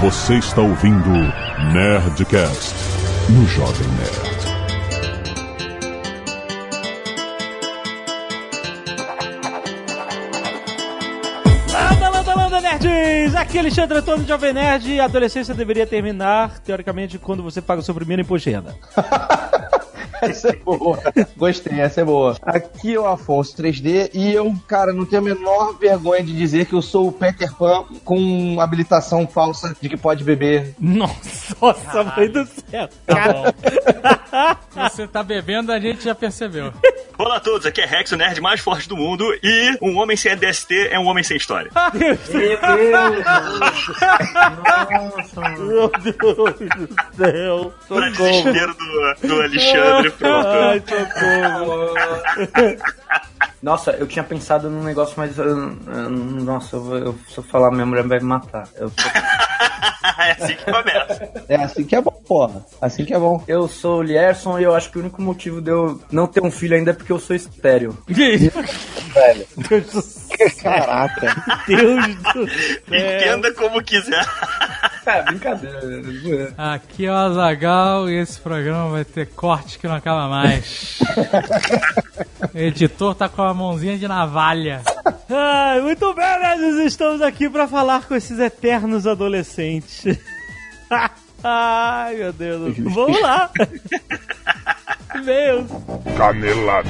Você está ouvindo Nerdcast no Jovem Nerd. Landa, nerds! Aqui é Alexandre Antônio, Jovem Nerd. A adolescência deveria terminar, teoricamente, quando você paga o seu primeiro imposto de renda. Essa é boa. Gostei, essa é boa. Aqui é o Afonso 3D e eu, cara, não tenho a menor vergonha de dizer que eu sou o Peter Pan com habilitação falsa de que pode beber. Nossa, mãe do céu. Tá bom. Você tá bebendo, a gente já percebeu. Olá a todos, aqui é Rex, o nerd mais forte do mundo, e um homem sem DST é um homem sem história. Meu Deus! Meu Deus do céu! Pra desespero do Alexandre, pronto. Ai, socorro! Nossa, eu tinha pensado num negócio, mas nossa, se eu falar, minha mulher vai me matar. É assim que começa. É assim que é bom, porra. Assim que é bom. Eu sou o Lierson e eu acho que o único motivo de eu não ter um filho ainda é porque eu sou estéreo. Velho. Deus do céu! Caraca. Deus do céu! Entenda como quiser. É, brincadeira. Aqui é o Azaghal e esse programa vai ter corte que não acaba mais. O editor tá com a mãozinha de navalha. Ai, muito bem, nerds! Estamos aqui pra falar com esses eternos adolescentes. Ai, meu Deus. Vamos lá. E-mails. Canelada.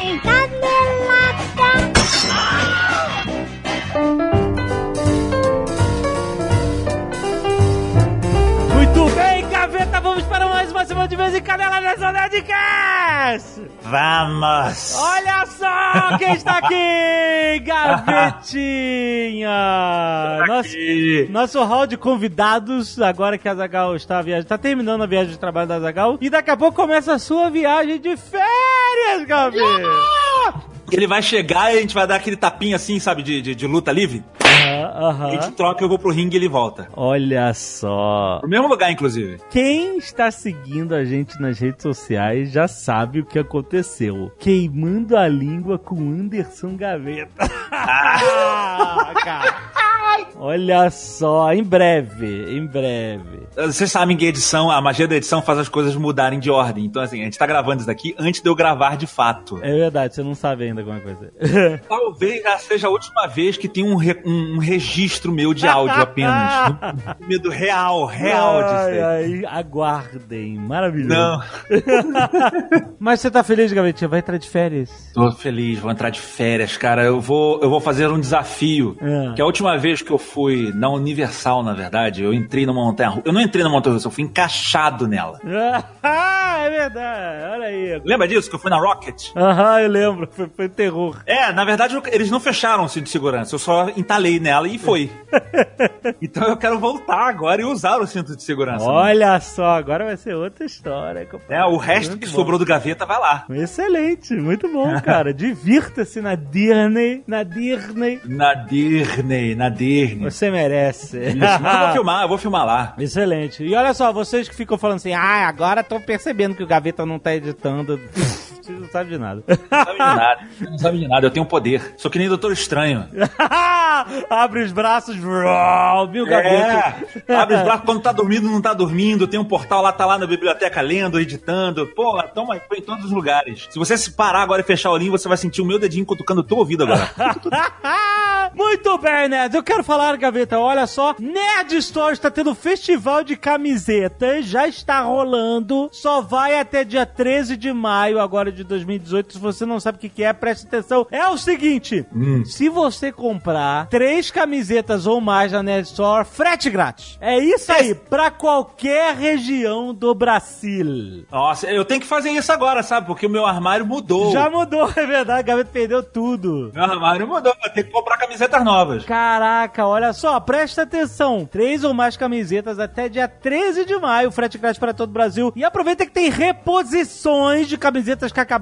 Muito bem, Gaveta, vamos para mais uma semana de vez em Canela nessa Nerdcast! Vamos! Olha só quem está aqui! Gavetinha! Nosso hall de convidados, agora que a Azaghal está terminando a viagem de trabalho da Azaghal, e daqui a pouco começa a sua viagem de férias, Gaveta! Ele vai chegar e a gente vai dar aquele tapinha assim, sabe, de luta livre. A gente troca, eu vou pro ringue e ele volta. Olha só. Pro mesmo lugar, inclusive. Quem está seguindo a gente nas redes sociais já sabe o que aconteceu. Queimando a língua com Anderson Gaveta. Cara. Olha só, em breve. Vocês sabem que a edição, a magia da edição faz as coisas mudarem de ordem. Então, assim, a gente tá gravando isso daqui antes de eu gravar de fato. É verdade, você não sabe ainda alguma coisa. Talvez já seja a última vez que tem um registro meu de áudio apenas. Um medo real de ser. Ai, aguardem, maravilhoso. Não. Mas você tá feliz, Gavetinha? Vai entrar de férias? Tô feliz, vou entrar de férias, cara. Eu vou fazer um desafio. Que a última vez que eu fui na Universal, na verdade, eu entrei numa montanha. Eu não entrei na montanha, eu fui encaixado nela. É verdade, olha aí. Lembra disso? Que eu fui na Rocket? Eu lembro, foi terror. Na verdade, eles não fecharam o cinto de segurança, eu só entalei nela e foi. Então eu quero voltar agora e usar o cinto de segurança. Olha só, agora vai ser outra história. O resto muito que bom. Sobrou do Gaveta vai lá. Excelente, muito bom, cara. Divirta-se na Disney. Você merece. Isso, mas eu vou filmar lá. Excelente. E olha só, vocês que ficam falando assim, agora tô percebendo que o Gaveta não tá editando. Você não sabe de nada. Não sabe de nada, eu tenho poder. Sou que nem Doutor Estranho. Abre os braços, viu, Gaveta? Abre os braços quando tá dormindo, não tá dormindo. Tem um portal lá, tá lá na biblioteca lendo, editando. Pô, toma aí, foi em todos os lugares. Se você se parar agora e fechar o olhinho, você vai sentir o meu dedinho cutucando o teu ouvido agora. Muito bem, nerds. Eu quero falar, Gaveta, olha só. Nerd Store está tendo festival de camisetas. Já está rolando. Só vai até dia 13 de maio agora de 2018. Se você não sabe o que é, preste atenção. É o seguinte. Se você comprar 3 camisetas ou mais na Nerd Store, frete grátis. É isso aí. Pra qualquer região do Brasil. Nossa, eu tenho que fazer isso agora, sabe? Porque o meu armário mudou. Já mudou, é verdade. Gaveta perdeu tudo. Meu armário mudou. Vou ter que comprar camisetas novas. Caraca, olha só, presta atenção. 3 ou mais camisetas até dia 13 de maio, frete grátis para todo o Brasil. E aproveita que tem reposições de camisetas que acabaram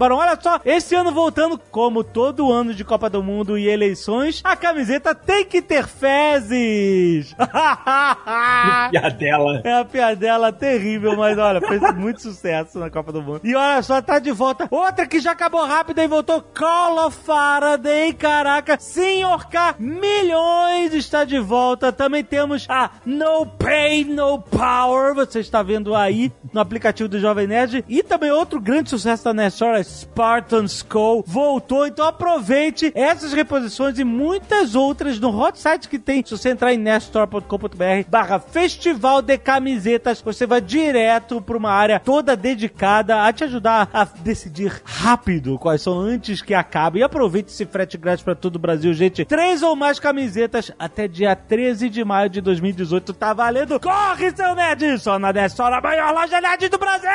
Barão. Olha só, esse ano voltando, como todo ano de Copa do Mundo e eleições, a camiseta tem que ter fezes. Piadela. É uma piadela terrível, mas olha, fez muito sucesso na Copa do Mundo. E olha só, tá de volta. Outra que já acabou rápido e voltou, Call of Faraday. Caraca, Senhor K, milhões está de volta. Também temos a No Pain, No Power. Você está vendo aí no aplicativo do Jovem Nerd. E também outro grande sucesso da Nestor, Spartan Skull, voltou. Então aproveite essas reposições e muitas outras no hot site que tem. Se você entrar em nestor.com.br/festival de camisetas, você vai direto para uma área toda dedicada a te ajudar a decidir rápido quais são antes que acabe. E aproveite esse frete grátis para todo o Brasil, gente. 3 ou mais camisetas até dia 13 de maio de 2018. Tá valendo. Corre, seu nerd! Só na Nestor, a maior loja nerd do Brasil!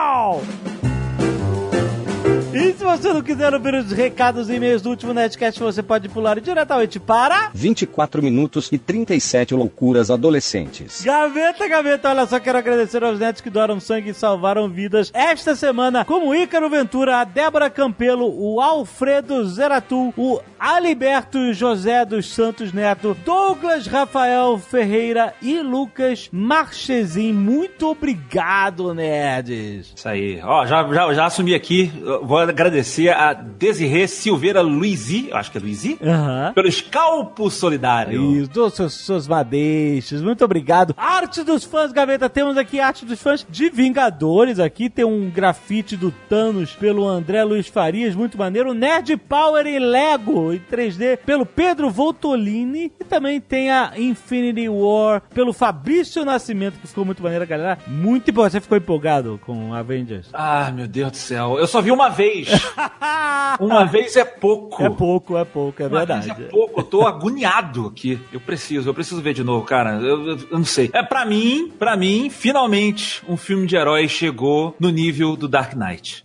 E se você não quiser ouvir os recados e e-mails do último Nerdcast, você pode pular diretamente para 24 minutos e 37 loucuras adolescentes. Gaveta, olha só, quero agradecer aos nerds que doaram sangue e salvaram vidas esta semana, como o Ícaro Ventura, a Débora Campelo, o Alfredo Zeratul, o Aliberto José dos Santos Neto, Douglas Rafael Ferreira e Lucas Marchesin. Muito obrigado, nerds. Isso aí. Ó, já assumi aqui, vou agradecer a Desirê Silveira Luizi, eu acho que é Luizi, pelo escalpo solidário. Isso, suas madeixas, muito obrigado. Arte dos fãs, Gaveta, temos aqui arte dos fãs de Vingadores, aqui tem um grafite do Thanos pelo André Luiz Farias, muito maneiro. Nerd Power em Lego, em 3D, pelo Pedro Voltolini, e também tem a Infinity War pelo Fabrício Nascimento, que ficou muito maneiro, galera. Muito bom, você ficou empolgado com Avengers? Ah, meu Deus do céu, eu só vi uma vez. Uma vez é pouco. É pouco, é verdade. Uma vez é pouco, eu tô agoniado aqui. Eu preciso ver de novo, cara. Eu não sei. Pra mim, finalmente, um filme de herói chegou no nível do Dark Knight.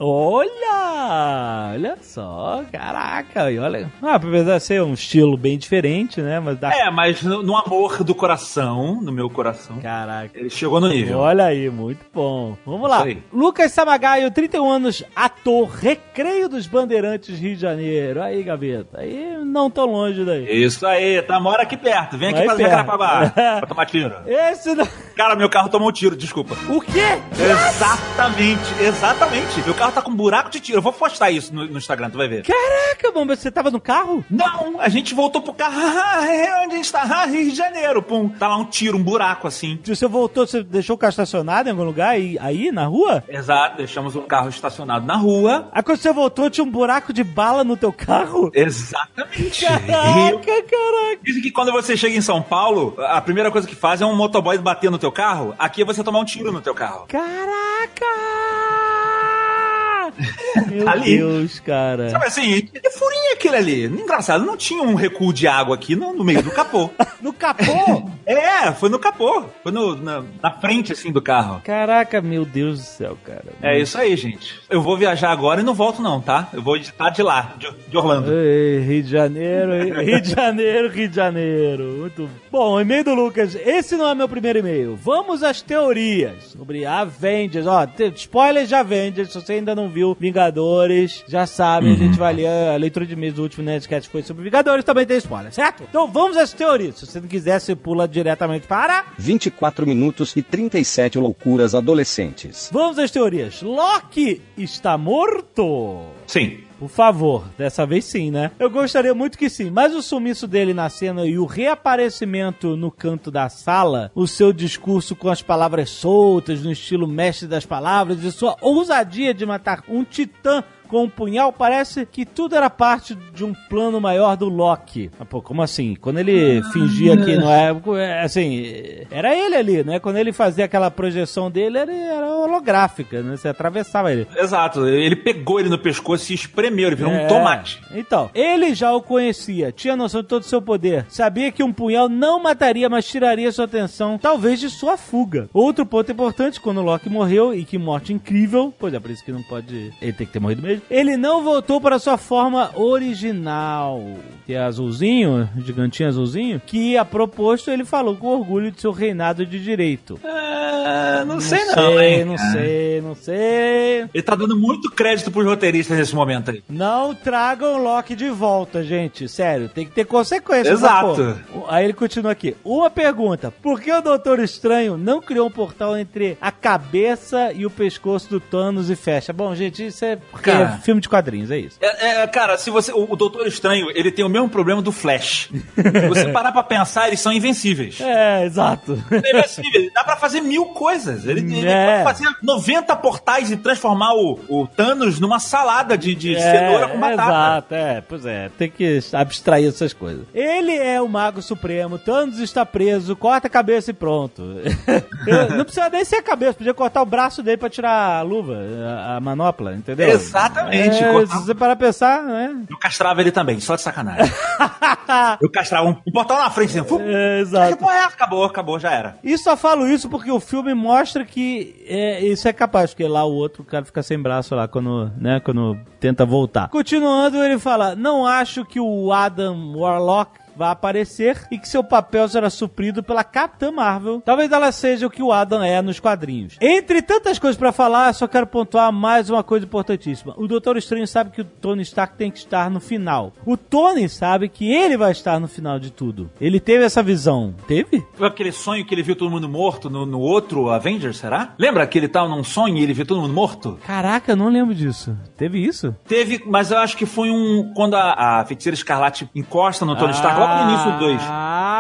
Olha só, caraca. E olha, apesar de ser um estilo bem diferente, né? Mas no amor do coração, no meu coração. Caraca. Ele chegou no nível. Olha aí, muito bom. Vamos lá. Lucas Samagaio, 31 anos, ator, Recreio dos Bandeirantes, Rio de Janeiro. Aí, Gaveta. Aí, não tão longe daí. Isso aí, mora aqui perto. Vem aqui pra Jacarepaguá pra tomar tiro. Esse não... Cara, meu carro tomou um tiro, desculpa. O quê? Exatamente. Meu carro tá com um buraco de tiro. Eu vou postar isso no Instagram, tu vai ver. Caraca, mano, você tava no carro? Não, a gente voltou pro carro. Onde a gente tá? Rio de Janeiro. Pum, tá lá um tiro, um buraco assim. Você voltou, você deixou o carro estacionado em algum lugar aí na rua? Exato, deixamos o carro estacionado na rua. Aí quando você voltou, tinha um buraco de bala no teu carro? Exatamente. Caraca. Dizem que quando você chega em São Paulo, a primeira coisa que faz é um motoboy bater no teu carro. Aqui é você tomar um tiro no teu carro. Caraca! Meu ali. Deus, cara. Sabe assim, que furinho é aquele ali? Engraçado, não tinha um recuo de água aqui no meio do capô. No capô? Foi no capô. Foi na frente, assim, do carro. Caraca, meu Deus do céu, cara. É isso aí, gente. Eu vou viajar agora e não volto não, tá? Eu vou editar de lá, de Orlando. Ei, Rio de Janeiro. Muito bom, e-mail do Lucas. Esse não é meu primeiro e-mail. Vamos às teorias sobre Avengers. Ó, spoilers de Avengers, se você ainda não viu Vingadores, já sabe, a gente vai ler a leitura de e-mails do último Nerdcast que foi sobre Vingadores, também tem spoiler, certo? Então vamos às teorias. Se você não quiser, você pula diretamente para 24 minutos e 37 loucuras adolescentes. Vamos às teorias. Loki está morto? Sim. Por favor, dessa vez sim, né? Eu gostaria muito que sim, mas o sumiço dele na cena e o reaparecimento no canto da sala, o seu discurso com as palavras soltas, no estilo mestre das palavras, e sua ousadia de matar um titã com um punhal, parece que tudo era parte de um plano maior do Loki. Ah, pô, como assim? Quando ele fingia que não é... Assim, era ele ali, né? Quando ele fazia aquela projeção dele, era holográfica, né? Você atravessava ele. Exato. Ele pegou ele no pescoço e espremeu. Ele virou um tomate. Então, ele já o conhecia, tinha noção de todo o seu poder. Sabia que um punhal não mataria, mas tiraria sua atenção, talvez de sua fuga. Outro ponto importante, quando o Loki morreu, e que morte incrível, pois é, por isso que não pode... Ele tem que ter morrido mesmo. Ele não voltou para sua forma original, que é azulzinho, gigantinho azulzinho, que a proposto ele falou com orgulho de seu reinado de direito. Não sei não, hein? Não sei. Ele tá dando muito crédito pros roteiristas nesse momento aí. Não tragam o Loki de volta, gente. Sério, tem que ter consequências. Exato. Aí ele continua aqui. Uma pergunta. Por que o Doutor Estranho não criou um portal entre a cabeça e o pescoço do Thanos e fecha? Bom, gente, isso é porque é filme de quadrinhos, é isso. Cara, se você... O Doutor Estranho, ele tem o mesmo problema do Flash. Se você parar pra pensar, eles são invencíveis. Exato. Dá pra fazer 1000 coisas. Ele pode fazer 90 portais e transformar o Thanos numa salada de cenoura com batata. Exato, pois é. Tem que abstrair essas coisas. Ele é o Mago Supremo, Thanos está preso, corta a cabeça e pronto. Não precisa nem ser a cabeça, podia cortar o braço dele pra tirar a luva, a manopla, entendeu? Exatamente. Se você parar pra pensar, né? Eu castrava ele também, só de sacanagem. Eu castrava um portal na frente, assim, exato. Acabou, já era. E só falo isso porque o filme mostra que isso é capaz, porque lá o outro cara fica sem braço lá quando tenta voltar. Continuando, ele fala, não acho que o Adam Warlock vai aparecer e que seu papel será suprido pela Capitã Marvel. Talvez ela seja o que o Adam é nos quadrinhos. Entre tantas coisas pra falar, só quero pontuar mais uma coisa importantíssima. O Doutor Estranho sabe que o Tony Stark tem que estar no final. O Tony sabe que ele vai estar no final de tudo. Ele teve essa visão. Teve? Foi aquele sonho que ele viu todo mundo morto no outro Avengers, será? Lembra que ele tava num sonho e ele viu todo mundo morto? Caraca, eu não lembro disso. Teve isso? Teve, mas eu acho que foi quando a Feiticeira Escarlate encosta no Tony Stark, logo no início do 2.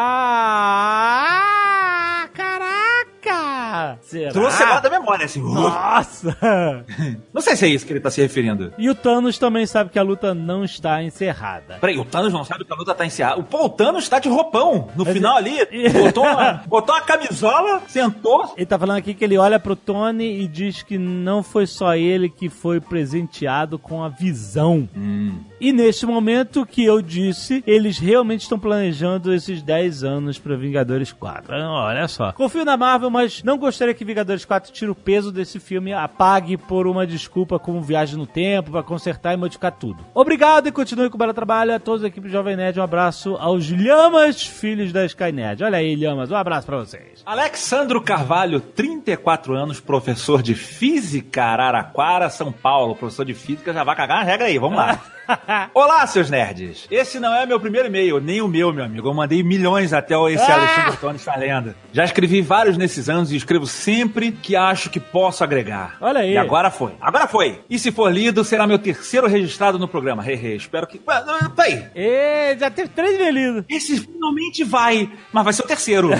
Caraca! Será? Trouxe agora da memória, assim. Nossa! Não sei se é isso que ele tá se referindo. E o Thanos também sabe que a luta não está encerrada. Peraí, o Thanos não sabe que a luta tá encerrada. O Thanos tá de roupão no final ali. Botou uma camisola, sentou. Ele tá falando aqui que ele olha pro Tony e diz que não foi só ele que foi presenteado com a visão. E neste momento que eu disse, eles realmente estão planejando esses 10 anos pra Vingadores 4. Olha só. Confio na Marvel, mas não gostaria que Vingadores 4 tire o peso desse filme, apague por uma desculpa como viagem no tempo pra consertar e modificar tudo. Obrigado e continue com o belo trabalho a todos da equipe Jovem Nerd. Um abraço aos Lhamas, filhos da Sky Nerd. Olha aí, Lhamas, um abraço pra vocês. Alexandro Carvalho, 34 anos, professor de Física, Araraquara, São Paulo. Professor de Física, já vai cagar a regra aí, vamos lá. Olá, seus nerds. Esse não é meu primeiro e-mail, nem o meu amigo. Eu mandei milhões até esse Alexandre Tony está lendo. Já escrevi vários nesses anos e escrevo sempre que acho que posso agregar. Olha aí. E agora foi. E se for lido, será meu terceiro registrado no programa. Espero que... Peraí. Já teve 3 lidos. Esse finalmente vai, mas vai ser o terceiro.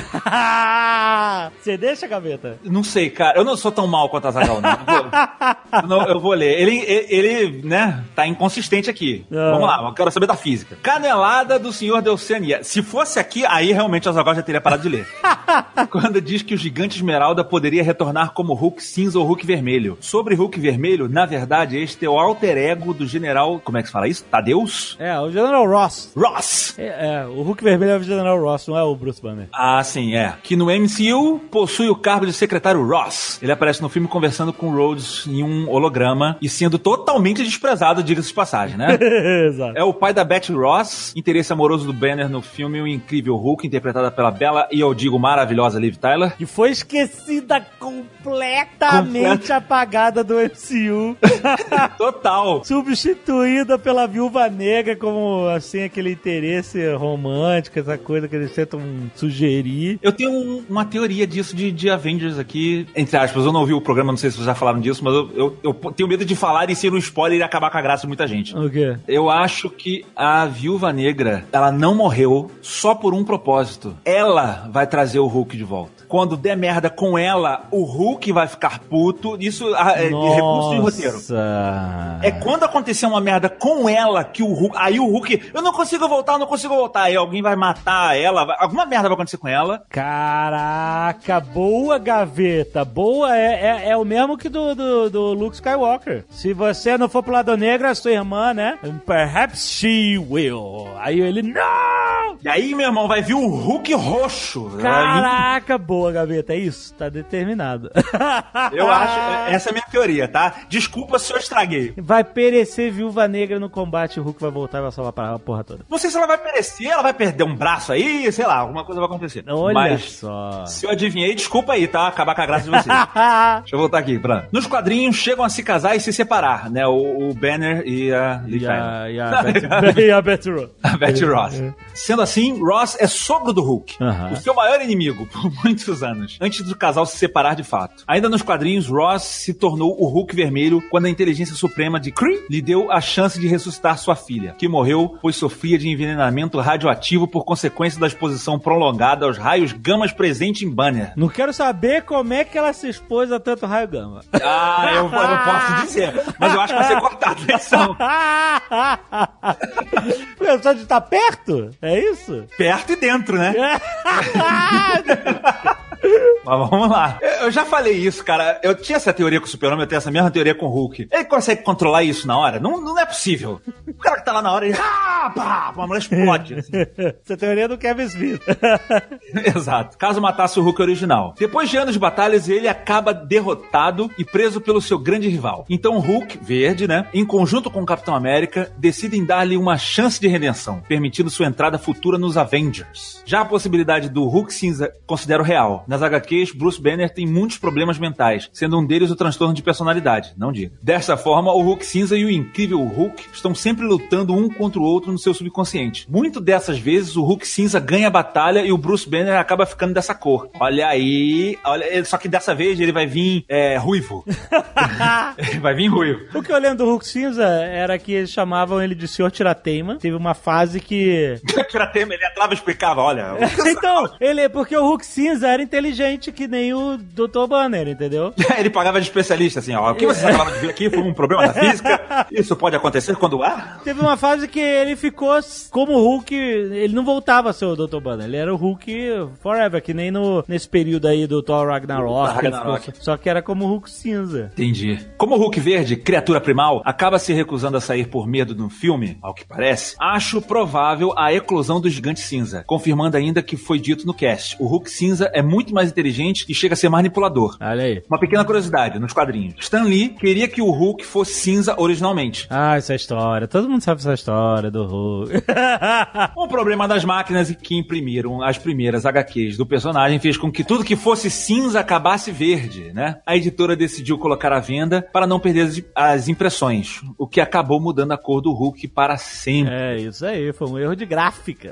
Você deixa, Gaveta? Não sei, cara. Eu não sou tão mal quanto a Zagal, não. Eu vou ler. Ele, né, tá inconsistente aqui. Vamos lá, eu quero saber da física. Canelada do Senhor da Oceania. Se fosse aqui, aí realmente o Azaghal já teria parado de ler. Quando diz que o Gigante Esmeralda poderia retornar como Hulk cinza ou Hulk vermelho. Sobre Hulk vermelho, na verdade, este é o alter ego do general... Como é que se fala isso? Tadeus? O General Ross. O Hulk vermelho é o General Ross, não é o Bruce Banner. Ah, sim, que no MCU possui o cargo de secretário Ross. Ele aparece no filme conversando com Rhodes em um holograma e sendo totalmente desprezado, diga-se de passagem, né? Exato. É o pai da Betty Ross, interesse amoroso do Banner no filme O Incrível Hulk, interpretada pela bela e eu digo maravilhosa Liv Tyler. Que foi esquecida completamente apagada do MCU. Total. Substituída pela Viúva Negra como, assim, aquele interesse romântico, essa coisa que eles tentam sugerir. Eu tenho uma teoria disso de Avengers aqui, entre aspas, eu não ouvi o programa, não sei se vocês já falaram disso, mas eu tenho medo de falar e ser um spoiler e acabar com a graça de muita gente. O quê? Eu acho que a Viúva Negra, ela não morreu só por um propósito. Ela vai trazer o Hulk de volta. Quando der merda com ela, o Hulk vai ficar puto. Isso é recurso de roteiro. É quando acontecer uma merda com ela que o Hulk... Aí o Hulk... Eu não consigo voltar. Aí alguém vai matar ela. Alguma merda vai acontecer com ela. Caraca, boa, Gaveta. Boa. É o mesmo que do Luke Skywalker. Se você não for pro lado negro, a sua irmã, né? Perhaps she will. Aí ele... Não! E aí, meu irmão, vai vir o Hulk roxo. Caraca, boa, Gaveta. É isso. Tá determinado. Eu acho... Essa é a minha teoria, tá? Desculpa se eu estraguei. Vai perecer Viúva Negra no combate, o Hulk vai voltar e vai salvar a porra toda. Não sei se ela vai perecer, ela vai perder um braço aí, sei lá, alguma coisa vai acontecer. Olha Mas, só. se eu adivinhei, desculpa aí, tá? Acabar com a graça de vocês. Deixa eu voltar aqui, Nos quadrinhos, chegam a se casar e se separar, né? O Banner e a Liv Tyler. E a Betty Ross. A Betty Ross. Sendo assim, Ross é sogro do Hulk, o seu maior inimigo por muitos anos, antes do casal se separar de fato. Ainda nos quadrinhos, Ross se tornou o Hulk vermelho quando a inteligência suprema de Kree lhe deu a chance de ressuscitar sua filha, que morreu pois sofria de envenenamento radioativo por consequência da exposição prolongada aos raios gamas presentes em Banner. Não quero saber como é que ela se expôs a tanto raio gama. Ah, eu não posso dizer, mas eu acho que vai ser cortado a edição. Só de estar perto? É isso? Perto e dentro, né? Mas vamos lá. Eu já falei isso, cara. Eu tinha essa teoria com o Super-Homem, eu tenho essa mesma teoria com o Hulk. Ele consegue controlar isso na hora? Não é possível. O cara que tá lá na hora, ele... pá, uma mulher explode. Assim. Essa teoria é do Kevin Smith. Exato. Caso matasse o Hulk original. Depois de anos de batalhas, ele acaba derrotado e preso pelo seu grande rival. Então o Hulk, verde, né, em conjunto com o Capitão América, decidem dar-lhe uma chance de redenção, permitindo sua entrada futura nos Avengers. Já a possibilidade do Hulk cinza considero real. Nas HQs, Bruce Banner tem muitos problemas mentais, sendo um deles o transtorno de personalidade, não diga. Dessa forma, o Hulk cinza e o incrível Hulk estão sempre lutando um contra o outro no seu subconsciente. Muito dessas vezes, o Hulk cinza ganha a batalha e o Bruce Banner acaba ficando dessa cor. Olha aí, só que dessa vez ele vai vir ruivo. Ele vai vir ruivo. O que eu lembro do Hulk cinza era que eles chamavam ele de Sr. Tirateima. Teve uma fase que... Tirateima, ele entrava e explicava, olha... Então, porque o Hulk cinza era inteligente que nem o Dr. Banner, entendeu? Ele pagava de especialista, assim, ó. O que vocês acabaram de ver aqui foi um problema da física. Isso pode acontecer quando há. Teve uma fase que ele ficou como Hulk, ele não voltava a ser o Dr. Banner, ele era o Hulk forever, que nem nesse período aí do Thor Ragnarok. Só que era como o Hulk cinza. Entendi. Como o Hulk verde, criatura primal, acaba se recusando a sair por medo no filme, ao que parece, acho provável a eclosão do gigante cinza, confirmando ainda que foi dito no cast. O Hulk cinza é muito mais inteligente e chega a ser manipulador. Olha aí. Uma pequena curiosidade, nos quadrinhos. Stan Lee queria que o Hulk fosse cinza originalmente. Ah, essa história. Todo mundo sabe essa história do Hulk. O problema das máquinas que imprimiram as primeiras HQs do personagem fez com que tudo que fosse cinza acabasse verde, né? A editora decidiu colocar à venda para não perder as impressões, o que acabou mudando a cor do Hulk para sempre. É isso aí, foi um erro de gráfica.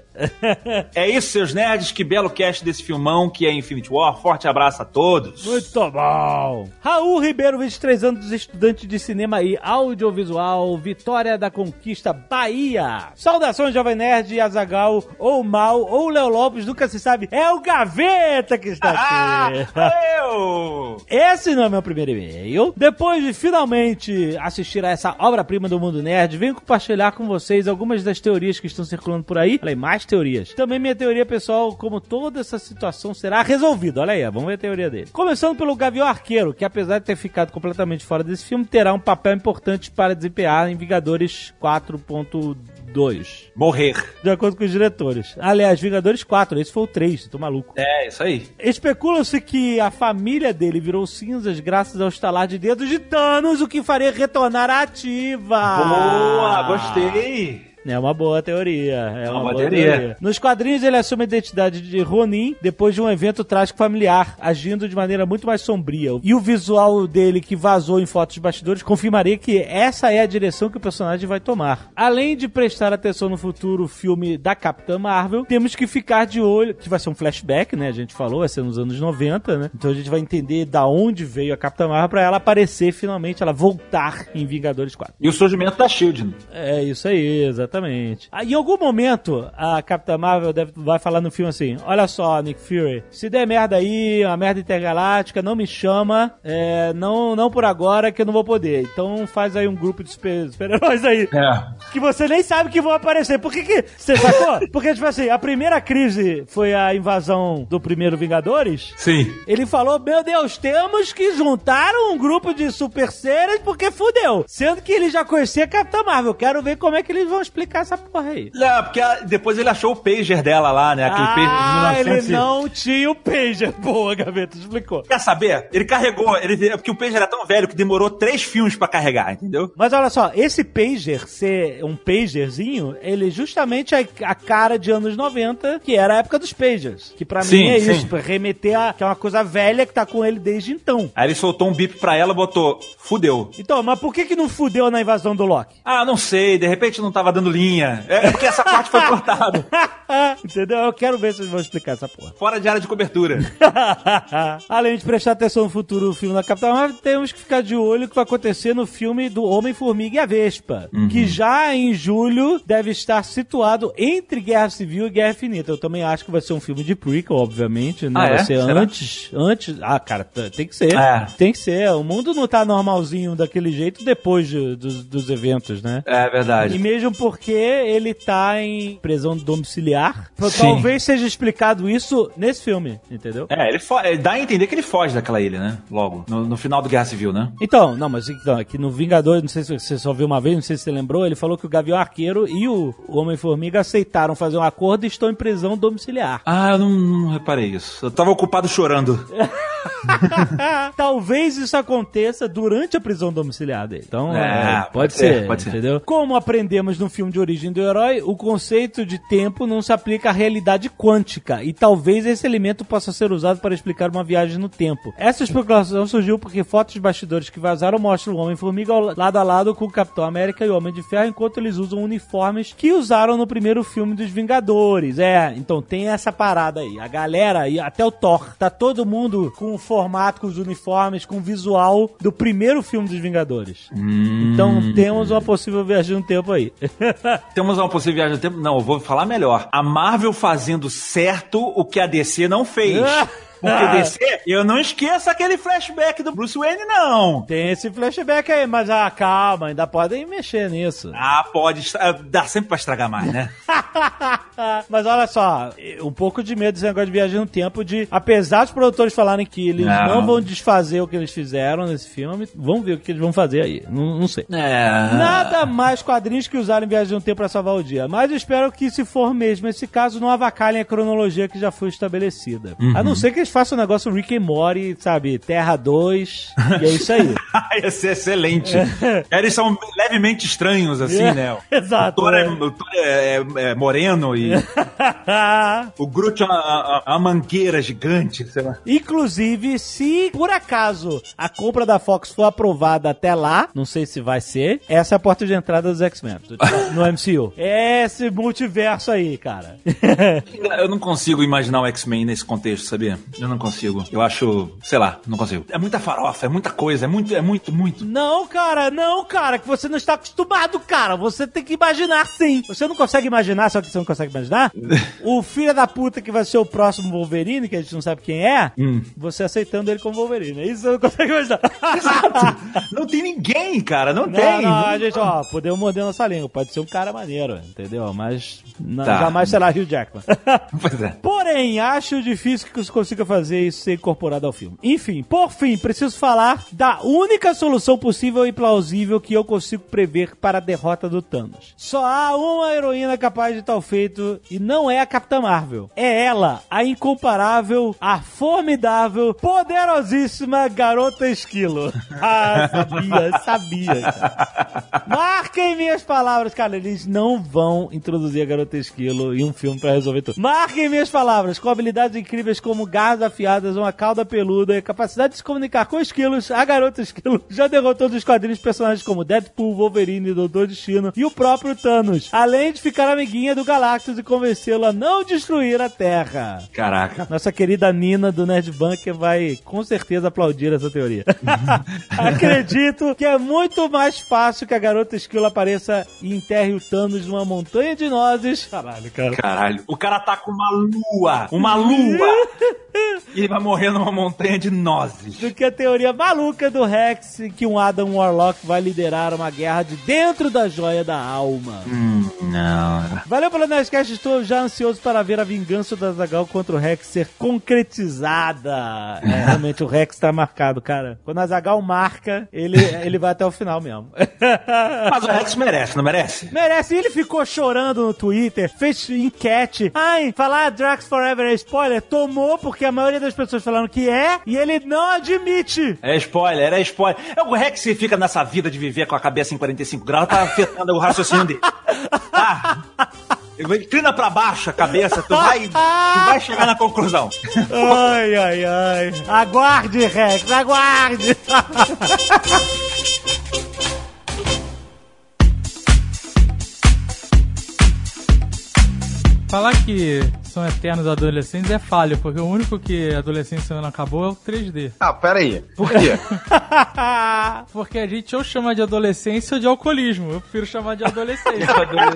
É isso, seus nerds, que belo cast desse filmão que é Infinity War. Forte abraço a todos. Muito bom. Raul Ribeiro, 23 anos, estudante de cinema e audiovisual, Vitória da Conquista, Bahia. Saudações, Jovem Nerd, Azaghal, ou Mal, ou Léo Lopes, nunca se sabe. É o Gaveta que está aqui. Valeu! Esse não é meu primeiro e-mail. Depois de finalmente assistir a essa obra-prima do mundo nerd, venho compartilhar com vocês algumas das teorias que estão circulando por aí. Falei, mais teorias. Também minha teoria pessoal, como toda essa situação será resolvida. Olha aí, vamos ver a teoria dele. Começando pelo Gavião Arqueiro, que apesar de ter ficado completamente fora desse filme, terá um papel importante para desempenhar em Vingadores 4.2. Morrer. De acordo com os diretores. Aliás, Vingadores 4, esse foi o 3, tô maluco. É, isso aí. Especula-se que a família dele virou cinzas graças ao estalar de dedos de Thanos, o que faria retornar ativa. Boa, gostei. É uma boa teoria. É uma boa teoria. Nos quadrinhos, ele assume a identidade de Ronin depois de um evento trágico familiar, agindo de maneira muito mais sombria. E o visual dele, que vazou em fotos de bastidores, confirmaria que essa é a direção que o personagem vai tomar. Além de prestar atenção no futuro filme da Capitã Marvel, temos que ficar de olho, que vai ser um flashback, né? A gente falou, vai ser nos anos 90, né? Então a gente vai entender da onde veio a Capitã Marvel pra ela aparecer, finalmente, ela voltar em Vingadores 4. E o surgimento da SHIELD. É isso aí, exatamente. Em algum momento, a Capitã Marvel vai falar no filme assim, olha só, Nick Fury, se der merda aí, uma merda intergaláctica, não me chama, não por agora que eu não vou poder. Então faz aí um grupo de super-heróis aí. Que você nem sabe que vão aparecer. Por que você sacou? Porque, tipo assim, a primeira crise foi a invasão do primeiro Vingadores. Sim. Ele falou, meu Deus, temos que juntar um grupo de super seres porque fudeu. Sendo que ele já conhecia a Capitã Marvel. Quero ver como é que eles vão explicar explicar essa porra aí. Não, porque depois ele achou o pager dela lá, né? Aquele pager de 1900. Ele não tinha o pager. Boa, Gaveta, explicou. Quer saber? Ele carregou, porque o pager era tão velho que demorou 3 filmes pra carregar, entendeu? Mas olha só, esse pager ser um pagerzinho, ele justamente é a cara de anos 90, que era a época dos pagers. Que pra mim é isso, pra remeter a que é uma coisa velha que tá com ele desde então. Aí ele soltou um bip pra ela, botou, fudeu. Então, mas por que não fudeu na invasão do Loki? Ah, não sei, de repente não tava dando linha. É porque essa parte foi cortada. Entendeu? Eu quero ver se vocês vão explicar essa porra. Fora de área de cobertura. Além de prestar atenção no futuro filme da Capitã Marvel, temos que ficar de olho no que vai acontecer no filme do Homem-Formiga e a Vespa, que já em julho deve estar situado entre Guerra Civil e Guerra Infinita. Eu também acho que vai ser um filme de prequel, obviamente, né? Vai ser antes... Ah, cara, tem que ser. Tem que ser. O mundo não tá normalzinho daquele jeito depois dos eventos, né? É verdade. E mesmo porque ele tá em prisão domiciliar, talvez seja explicado isso nesse filme, entendeu? Ele dá a entender que ele foge daquela ilha, né? Logo, no final do Guerra Civil, né? Então, aqui no Vingador, não sei se você só viu uma vez, não sei se você lembrou, ele falou que o Gavião Arqueiro e o Homem-Formiga aceitaram fazer um acordo e estão em prisão domiciliar. Ah, eu não reparei isso. Eu tava ocupado chorando. Talvez isso aconteça durante a prisão domiciliar dele. Então, pode ser, entendeu? Como aprendemos no filme de origem do herói, o conceito de tempo não se aplica à realidade quântica e talvez esse elemento possa ser usado para explicar uma viagem no tempo. Essa especulação surgiu porque fotos de bastidores que vazaram mostram o Homem-Formiga lado a lado com o Capitão América e o Homem de Ferro enquanto eles usam uniformes que usaram no primeiro filme dos Vingadores. Então tem essa parada aí. A galera, e até o Thor, tá todo mundo com o formato, com os uniformes, com o visual do primeiro filme dos Vingadores. Então temos uma possível viagem no tempo aí. Temos uma possível viagem no tempo? Não, eu vou falar melhor. A Marvel fazendo certo o que a DC não fez. Porque DC, eu não esqueço aquele flashback do Bruce Wayne, não. Tem esse flashback aí, mas calma, ainda podem mexer nisso. Pode. Dá sempre pra estragar mais, né? Mas olha só, um pouco de medo desse negócio de viagem no tempo, apesar dos produtores falarem que eles não vão desfazer o que eles fizeram nesse filme, vamos ver o que eles vão fazer aí. Não sei. Nada mais quadrinhos que usarem viagem no tempo pra salvar o dia. Mas eu espero que, se for mesmo esse caso, não avacalhem a cronologia que já foi estabelecida. A não ser que eles façam um negócio Rick and Morty, sabe? Terra 2, e é isso aí. Ia ser excelente. Eles são levemente estranhos, assim, né? Exato. O Thor é moreno e o Groot é uma mangueira gigante, sei lá. Inclusive, se por acaso a compra da Fox for aprovada até lá, não sei se vai ser, essa é a porta de entrada dos X-Men no MCU. Esse multiverso aí, cara. Eu não consigo imaginar o X-Men nesse contexto, sabia? Eu não consigo. Eu acho, sei lá, não consigo. É muita farofa, é muita coisa, é muito. Não, cara, que você não está acostumado, cara. Você tem que imaginar, sim. Você não consegue imaginar, só que você não consegue imaginar? O filho da puta que vai ser o próximo Wolverine, que a gente não sabe quem é, você aceitando ele como Wolverine. Isso você não consegue imaginar. Exato. Não tem ninguém, cara, não tem. Não, a gente, podemos morder nossa língua. Pode ser um cara maneiro, entendeu? Mas jamais será Hugh Jackman. Pois é. Porém, acho difícil que você consiga fazer isso ser incorporado ao filme. Enfim, por fim, preciso falar da única solução possível e plausível que eu consigo prever para a derrota do Thanos. Só há uma heroína capaz de tal feito e não é a Capitã Marvel. É ela, a incomparável, a formidável, poderosíssima Garota Esquilo. Sabia. Cara. Marquem minhas palavras, cara, eles não vão introduzir a Garota Esquilo em um filme pra resolver tudo. Marquem minhas palavras, com habilidades incríveis como garras afiadas, uma cauda peluda e a capacidade de se comunicar com esquilos, a Garota Esquilo já derrotou dos quadrinhos personagens como Deadpool, Wolverine, Doutor Destino e o próprio Thanos, além de ficar amiguinha do Galactus e convencê-lo a não destruir a Terra. Caraca. Nossa querida Nina do Nerd Bunker vai com certeza aplaudir essa teoria. Acredito que é muito mais fácil que a Garota Esquilo apareça e enterre o Thanos numa montanha de nozes. Caralho, cara. Caralho. O cara tá com uma lua. Uma lua. E ele vai morrer numa montanha de nozes. Do que a teoria maluca do Rex que um Adam Warlock vai liderar uma guerra de dentro da joia da alma. Não. Valeu pelo Nerdcast, estou já ansioso para ver a vingança do Azaghal contra o Rex ser concretizada. Realmente o Rex tá marcado, cara. Quando o Azaghal marca, ele vai até o final mesmo. Mas o Rex merece, não merece? Merece. E ele ficou chorando no Twitter, fez enquete. Ai, falar Drax Forever é spoiler? Tomou, porque a maioria das pessoas falaram que é, e ele não admite. É spoiler. O Rex que fica nessa vida de viver com a cabeça em 45 graus, tá afetando o raciocínio dele. Inclina pra baixo a cabeça, tu vai chegar na conclusão. Ai. Aguarde, Rex, aguarde. Falar que são eternos adolescentes é falho, porque o único que a adolescência não acabou é o 3D. Ah, peraí. Por quê? Porque a gente ou chama de adolescência ou de alcoolismo. Eu prefiro chamar de adolescência.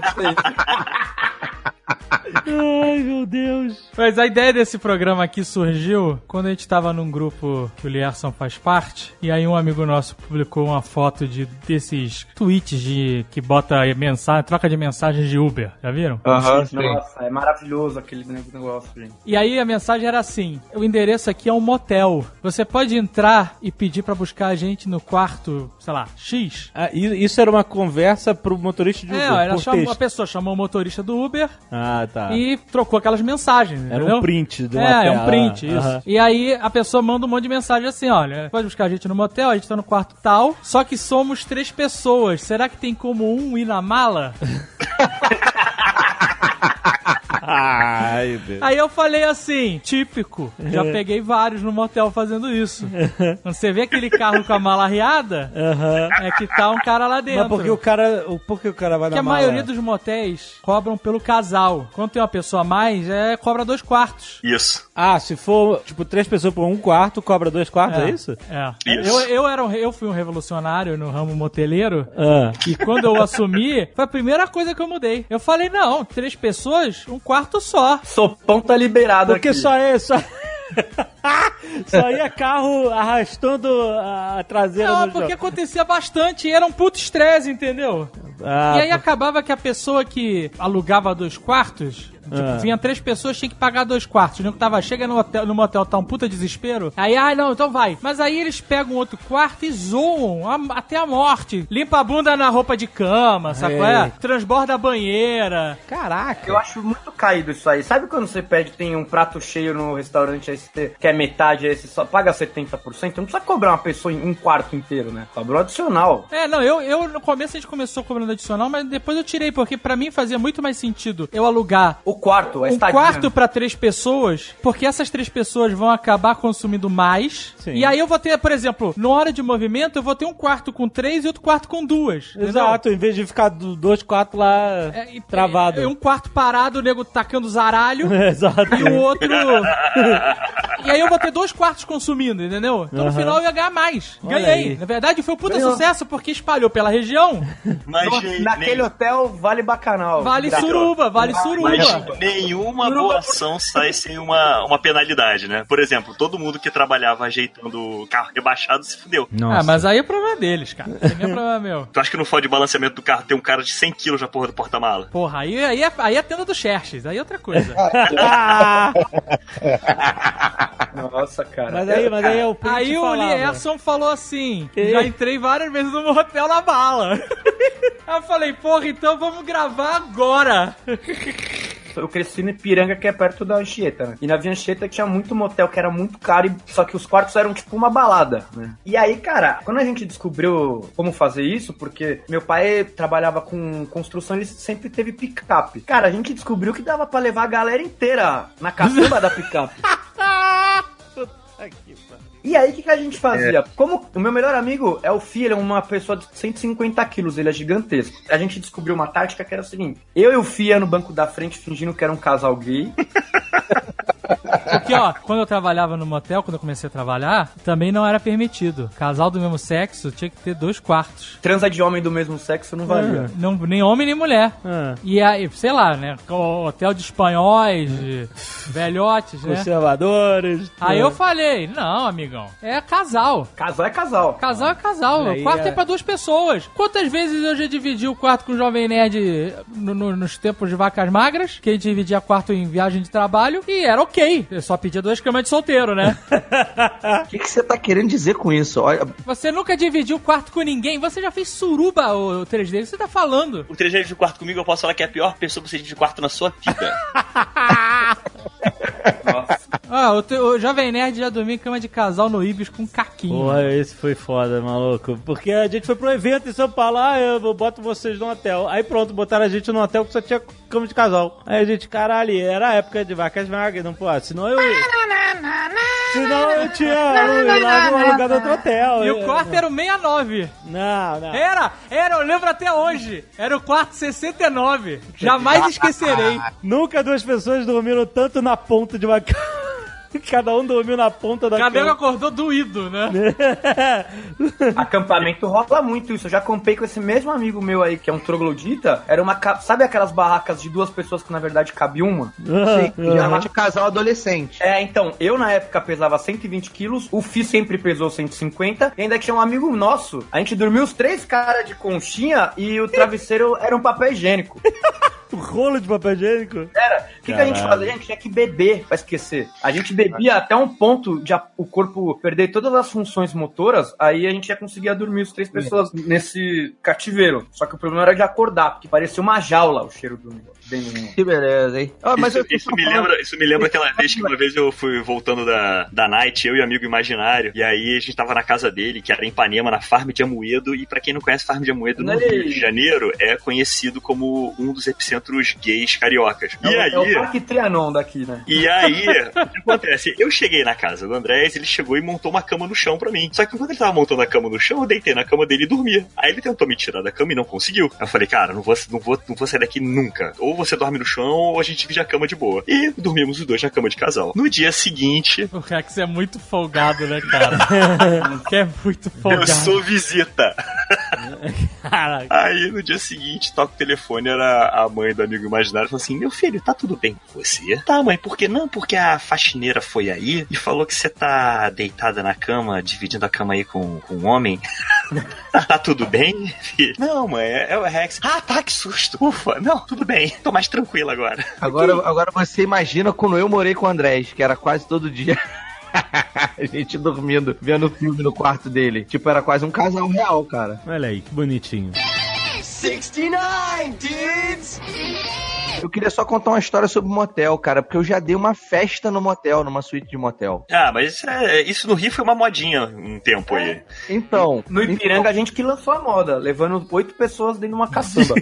Ai, meu Deus. Mas a ideia desse programa aqui surgiu quando a gente tava num grupo que o Lierson faz parte, e aí um amigo nosso publicou uma foto desses tweets que bota mensagem, troca de mensagens de Uber, já viram? Nossa, é maravilhoso aquele negócio, gente. E aí a mensagem era assim: o endereço aqui é um motel. Você pode entrar e pedir pra buscar a gente no quarto, sei lá, X? Isso era uma conversa pro motorista de Uber. A pessoa chamou o motorista do Uber. Ah, tá. E trocou aquelas mensagens, Era entendeu? um print do motel. É um print, isso. E aí a pessoa manda um monte de mensagem assim, olha, pode buscar a gente no motel, a gente tá no quarto tal, só que somos 3 pessoas. Será que tem como um ir na mala? Ai, Deus. Aí eu falei assim, típico, já peguei vários no motel fazendo isso. Quando você vê aquele carro com a mala arriada, é que tá um cara lá dentro. Mas por que o cara vai Porque na mala? Porque a maioria dos motéis cobram pelo casal. Quando tem uma pessoa a mais, cobra 2 quartos. Isso. Ah, se for, tipo, 3 pessoas por 1 quarto, cobra 2 quartos, é isso? É. Isso. Eu fui um revolucionário no ramo moteleiro, e quando eu assumi, foi a primeira coisa que eu mudei. Eu falei, não, 3 pessoas, 1 quarto só. Sopão tá liberado Porque aqui. só ia carro arrastando a traseira Não, no porque jogo. acontecia bastante e era um puto estresse, entendeu? Ah, E aí acabava que a pessoa que alugava 2 quartos, vinha 3 pessoas, tinha que pagar 2 quartos. O nego chega no motel, tá um puta desespero. Aí, não, então vai. Mas aí eles pegam outro quarto e zoam até a morte. Limpa a bunda na roupa de cama, sabe qual é? Transborda a banheira. Caraca. Eu acho muito caído isso aí. Sabe quando você pede, tem um prato cheio no restaurante, aí você quer metade, aí você só paga 70%? Não precisa cobrar uma pessoa em 1 quarto inteiro, né? Cobrou adicional. Eu no começo a gente começou cobrando adicional, mas depois eu tirei, porque pra mim fazia muito mais sentido eu alugar O quarto, a um estadia. quarto pra 3 pessoas, porque essas 3 pessoas vão acabar consumindo mais. Sim. E aí eu vou ter, por exemplo, na hora de movimento, eu vou ter um quarto com 3 e outro quarto com 2. Exato, em vez de ficar 2 quartos lá travado. Um quarto parado, o nego tacando zaralho. Exato. E o outro... E aí eu vou ter 2 quartos consumindo, entendeu? Então no final eu ia ganhar mais. Olha Ganhei. aí. Na verdade foi um puta sucesso, porque espalhou pela região. Mas Naquele hotel, vale bacanal. Vale Grátis. suruba, vale suruba. Mas nenhuma boa ação sai sem uma penalidade, né? Por exemplo, todo mundo que trabalhava ajeitando o carro rebaixado se fudeu. Nossa. Mas aí é problema deles, cara. Não é problema meu. Tu acha que no fórum de balanceamento do carro tem um cara de 100 quilos na porra do porta-mala? Porra, aí é a tenda do Xerxes, aí é outra coisa. Nossa, cara. Mas aí é o print Aí o falava. Lierson falou assim, já entrei várias vezes no motel na bala. Aí eu falei, porra, então vamos gravar agora. Eu cresci no Ipiranga, que é perto da Anchieta, né? E na Via Anchieta tinha muito motel que era muito caro, só que os quartos eram tipo uma balada, né? E aí, cara, quando a gente descobriu como fazer isso, porque meu pai trabalhava com construção, ele sempre teve picape. Cara, a gente descobriu que dava pra levar a galera inteira na caçamba da picape. E aí, o que a gente fazia? Como o meu melhor amigo é o Fih, ele é uma pessoa de 150 quilos, ele é gigantesco. A gente descobriu uma tática que era o seguinte: eu e o Fih ia no banco da frente fingindo que era um casal gay. Porque, ó, quando eu trabalhava no motel, quando eu comecei a trabalhar, também não era permitido. Casal do mesmo sexo tinha que ter 2 quartos. Transa de homem do mesmo sexo não valia. Não, nem homem nem mulher. E aí, sei lá, né? Hotel de espanhóis, de velhotes, né? Conservadores. Aí eu falei, não, amigão, é casal. Casal é casal. Casal é casal. Aí O quarto é pra 2 pessoas. Quantas vezes eu já dividi o quarto com o Jovem Nerd nos tempos de vacas magras, que a gente dividia quarto em viagem de trabalho, e era ok. Eu só pedia 2 camas de solteiro, né? O que você tá querendo dizer com isso? Olha, Você nunca dividiu o quarto com ninguém. Você já fez suruba, o 3D. O que você tá falando? O 3G de quarto comigo, eu posso falar que é a pior pessoa pra você dividir quarto na sua vida. O Jovem Nerd já dormiu em cama de casal no Ibis com caquinho. Porra, esse foi foda, maluco. Porque a gente foi pro evento em São Paulo, eu boto vocês no hotel. Aí pronto, botaram a gente no hotel que só tinha cama de casal. Aí a gente, caralho, era a época de vacas magras, não pode. Senão eu tinha alugado outro hotel. E o quarto era o 69. Não. Era, eu lembro até hoje. Era o quarto 69. Jamais esquecerei. Nunca 2 pessoas dormiram tanto na ponta de uma cama. Cada um dormiu na ponta da Cada um cama. acordou doído, né? Acampamento rola muito isso. Eu já acampei com esse mesmo amigo meu aí, que é um troglodita. Era uma... Sabe aquelas barracas de 2 pessoas que na verdade cabe uma? geralmente é casal adolescente. Então, eu na época pesava 120 quilos, o Fih sempre pesou 150, e ainda tinha um amigo nosso. A gente dormiu os 3 caras de conchinha e o travesseiro era um papel higiênico. O rolo de papel higiênico? Era. O que a gente fazia? A gente tinha que beber pra esquecer. A gente bebia até um ponto de o corpo perder todas as funções motoras, aí a gente já conseguia dormir os 3 pessoas nesse cativeiro. Só que o problema era de acordar, porque parecia uma jaula o cheiro do negócio. Que beleza, hein? Mas isso me lembra aquela vez que uma vez eu fui voltando da night, eu e amigo imaginário, e aí a gente tava na casa dele, que era em Ipanema, na Farm de Amoedo, e pra quem não conhece, Farm de Amoedo no Rio de Janeiro é conhecido como um dos epicentros gays cariocas. É o Parque Trianon daqui, né? E aí, o que acontece? Eu cheguei na casa do Andrés, ele chegou e montou uma cama no chão pra mim. Só que quando ele tava montando a cama no chão, eu deitei na cama dele e dormia. Aí ele tentou me tirar da cama e não conseguiu. Aí eu falei, cara, não vou sair daqui nunca. Ou você dorme no chão, ou a gente divide a cama de boa. E dormimos os 2 na cama de casal. No dia seguinte... O Rex é muito folgado, né, cara? Que é muito folgado. Eu sou visita. Caraca. Aí, no dia seguinte, toca o telefone, era a mãe do amigo imaginário, falou assim, meu filho, tá tudo bem com você? Tá, mãe, por que não? Porque a faxineira foi aí e falou que você tá deitada na cama, dividindo a cama aí com um homem. Tá tudo bem, filho? Não, mãe, é o Rex. Ah, tá, que susto. Ufa, não, tudo bem, tô mais tranquilo agora. Agora você imagina quando eu morei com o Andrés, que era quase todo dia... A gente dormindo, vendo filme no quarto dele. Tipo, era quase um casal real, cara. Olha aí, que bonitinho. 69, dudes! Eu queria só contar uma história sobre motel, cara, porque eu já dei uma festa no motel, numa suíte de motel. Ah, mas isso no Rio foi uma modinha um tempo aí. Então... No Ipiranga, a gente que lançou a moda, levando 8 pessoas dentro de uma caçamba.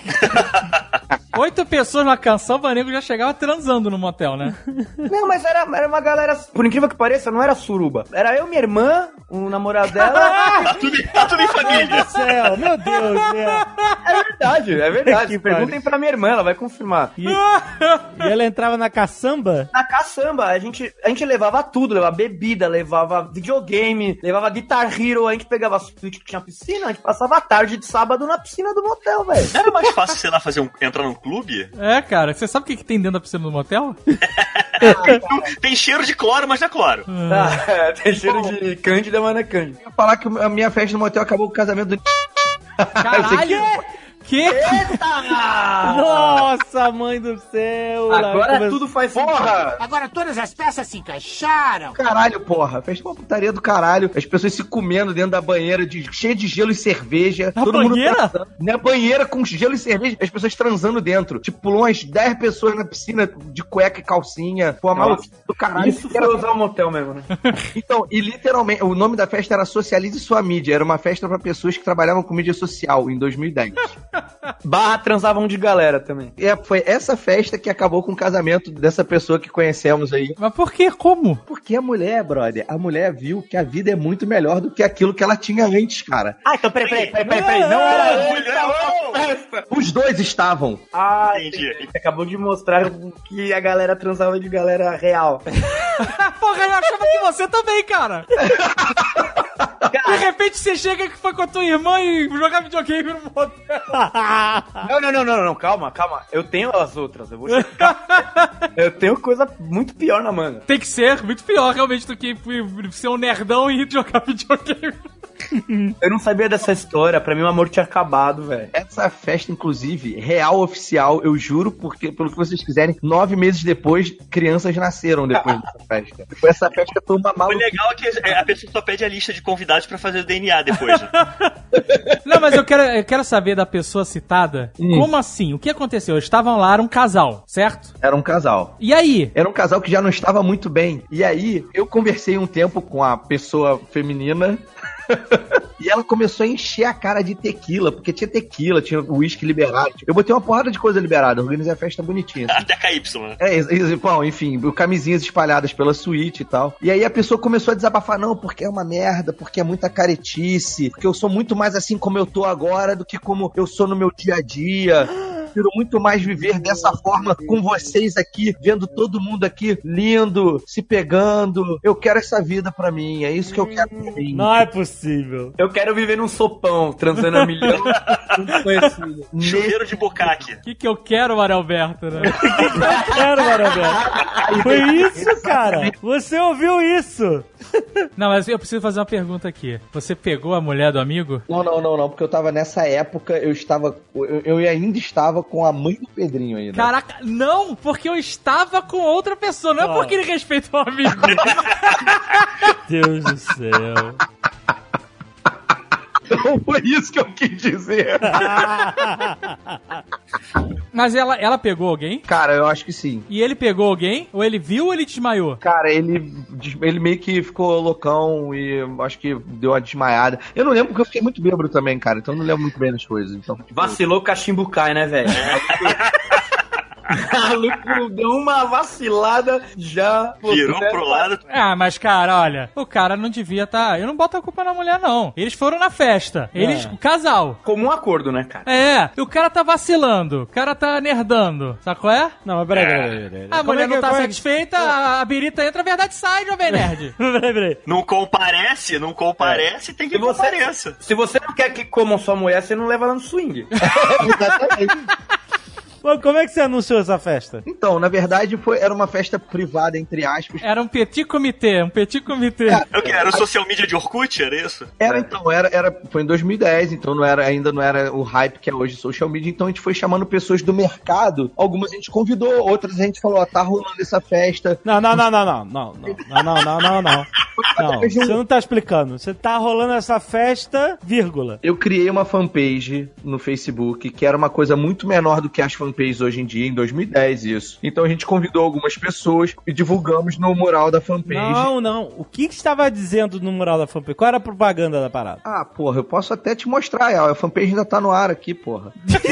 8 pessoas na canção, o nego já chegava transando no motel, né? Não, mas era uma galera... Por incrível que pareça, não era suruba. Era eu, minha irmã, o namorado dela... Tá tudo em família. Meu Deus do céu, meu Deus do céu. É verdade. Perguntem pra minha irmã, ela vai confirmar. E ela entrava na caçamba? Na caçamba, a gente levava tudo, levava bebida, levava videogame, levava Guitar Hero, a gente pegava a suíte que tinha piscina, a gente passava a tarde de sábado na piscina do motel, velho. Era mais fácil, sei lá, entrar num clube? É, cara, você sabe o que tem dentro da piscina do motel? Tem cheiro de cloro, mas não é cloro. Tem cheiro de cândida, mas não é cândida. Eu ia falar que a minha festa no motel acabou com o casamento do... Caralho! Que? Eita! Nossa, mãe do céu! Agora tudo faz porra! Agora todas as peças se encaixaram. Caralho, porra. Festa uma putaria do caralho. As pessoas se comendo dentro da banheira, cheia de gelo e cerveja. Na banheira? Na banheira com gelo e cerveja. As pessoas transando dentro. Tipo, pulou umas 10 pessoas na piscina de cueca e calcinha. Pô, a maluquice do caralho. Isso foi usar o motel mesmo, né? Então, e literalmente, o nome da festa era Socialize Sua Mídia. Era uma festa pra pessoas que trabalhavam com mídia social em 2010. Barra transavam de galera também. Foi essa festa que acabou com o casamento dessa pessoa que conhecemos aí. Mas por quê? Como? Porque a mulher, brother, a mulher viu que a vida é muito melhor do que aquilo que ela tinha antes, cara. Ah, então peraí. Não era festa. Os dois estavam. Ah, entendi. Acabou de mostrar que a galera transava de galera real. Porra, eu achava que você também, cara. De repente você chega que foi com a tua irmã e jogar videogame no motel. Não, calma. Eu tenho as outras, eu vou checar. Eu tenho coisa muito pior na manga. Tem que ser muito pior, realmente, do que ser um nerdão e jogar videogame. Eu não sabia dessa história, pra mim o amor tinha acabado, velho. Essa festa, inclusive, real, oficial, eu juro, porque, pelo que vocês quiserem, 9 meses depois, crianças nasceram depois dessa festa. Essa festa foi uma maluca. O legal é que a pessoa só pede a lista de convidados pra fazer o DNA depois, né? Não, mas eu quero saber da pessoa citada, como assim? O que aconteceu? Estavam lá, era um casal, certo? Era um casal. E aí? Era um casal que já não estava muito bem. E aí, eu conversei um tempo com a pessoa feminina... E ela começou a encher a cara de tequila, porque tinha tequila, tinha uísque liberado. Eu botei uma porrada de coisa liberada, organizei a festa bonitinha. Assim. Até KY, né? Bom, enfim, camisinhas espalhadas pela suíte e tal. E aí a pessoa começou a desabafar, não, porque é uma merda, porque é muita caretice, porque eu sou muito mais assim como eu tô agora do que como eu sou no meu dia a dia. Prefiro muito mais viver dessa forma com vocês aqui, vendo todo mundo aqui lindo, se pegando. Eu quero essa vida pra mim, é isso que eu quero pra mim. Não é possível. Eu quero viver num sopão, transando a milhão. Chuveiro de bocaque. O que eu quero, Mário Alberto, né? O que eu quero, Mário Alberto? Foi isso, cara. Você ouviu isso. Não, mas eu preciso fazer uma pergunta aqui. Você pegou a mulher do amigo? Não, porque eu tava nessa época, eu ainda estava com a mãe do Pedrinho ainda. Caraca, não, porque eu estava com outra pessoa, não é porque ele respeita o amigo. Deus do céu. Não foi isso que eu quis dizer. Mas ela pegou alguém? Cara, eu acho que sim. E ele pegou alguém? Ou ele viu ou ele desmaiou? Cara, ele meio que ficou loucão e acho que deu uma desmaiada. Eu não lembro porque eu fiquei muito bêbado também, cara. Então eu não lembro muito bem das coisas. Então, Vacilou, cachimbo cai, né, velho? O maluco deu uma vacilada, já... Virou pro lado. Ah, mas cara, olha, o cara não devia estar... Eu não boto a culpa na mulher, não. Eles foram na festa. Eles, o casal. Como um acordo, né, cara? É, e o cara tá vacilando. O cara tá nerdando. Sabe qual é? Não, mas peraí. A mulher não tá satisfeita, a birita entra, a verdade sai, jovem nerd. Peraí. Não comparece, tem que compareça. Se você não quer que comam sua mulher, você não leva ela no swing. Exatamente. Pô, como é que você anunciou essa festa? Então, na verdade, era uma festa privada, entre aspas. Era um petit comité, Era o social media de Orkut, era isso? Foi em 2010, então ainda não era o hype que é hoje social media, então a gente foi chamando pessoas do mercado. Algumas a gente convidou, outras a gente falou, ó, tá rolando essa festa. Não. Você não tá explicando. Você tá rolando essa festa, vírgula. Eu criei uma fanpage no Facebook, que era uma coisa muito menor do que as fanpages hoje em dia, em 2010 isso. Então a gente convidou algumas pessoas e divulgamos no mural da fanpage. Não. O que estava dizendo no mural da fanpage? Qual era a propaganda da parada? Ah, porra, eu posso até te mostrar. A fanpage ainda tá no ar aqui, porra.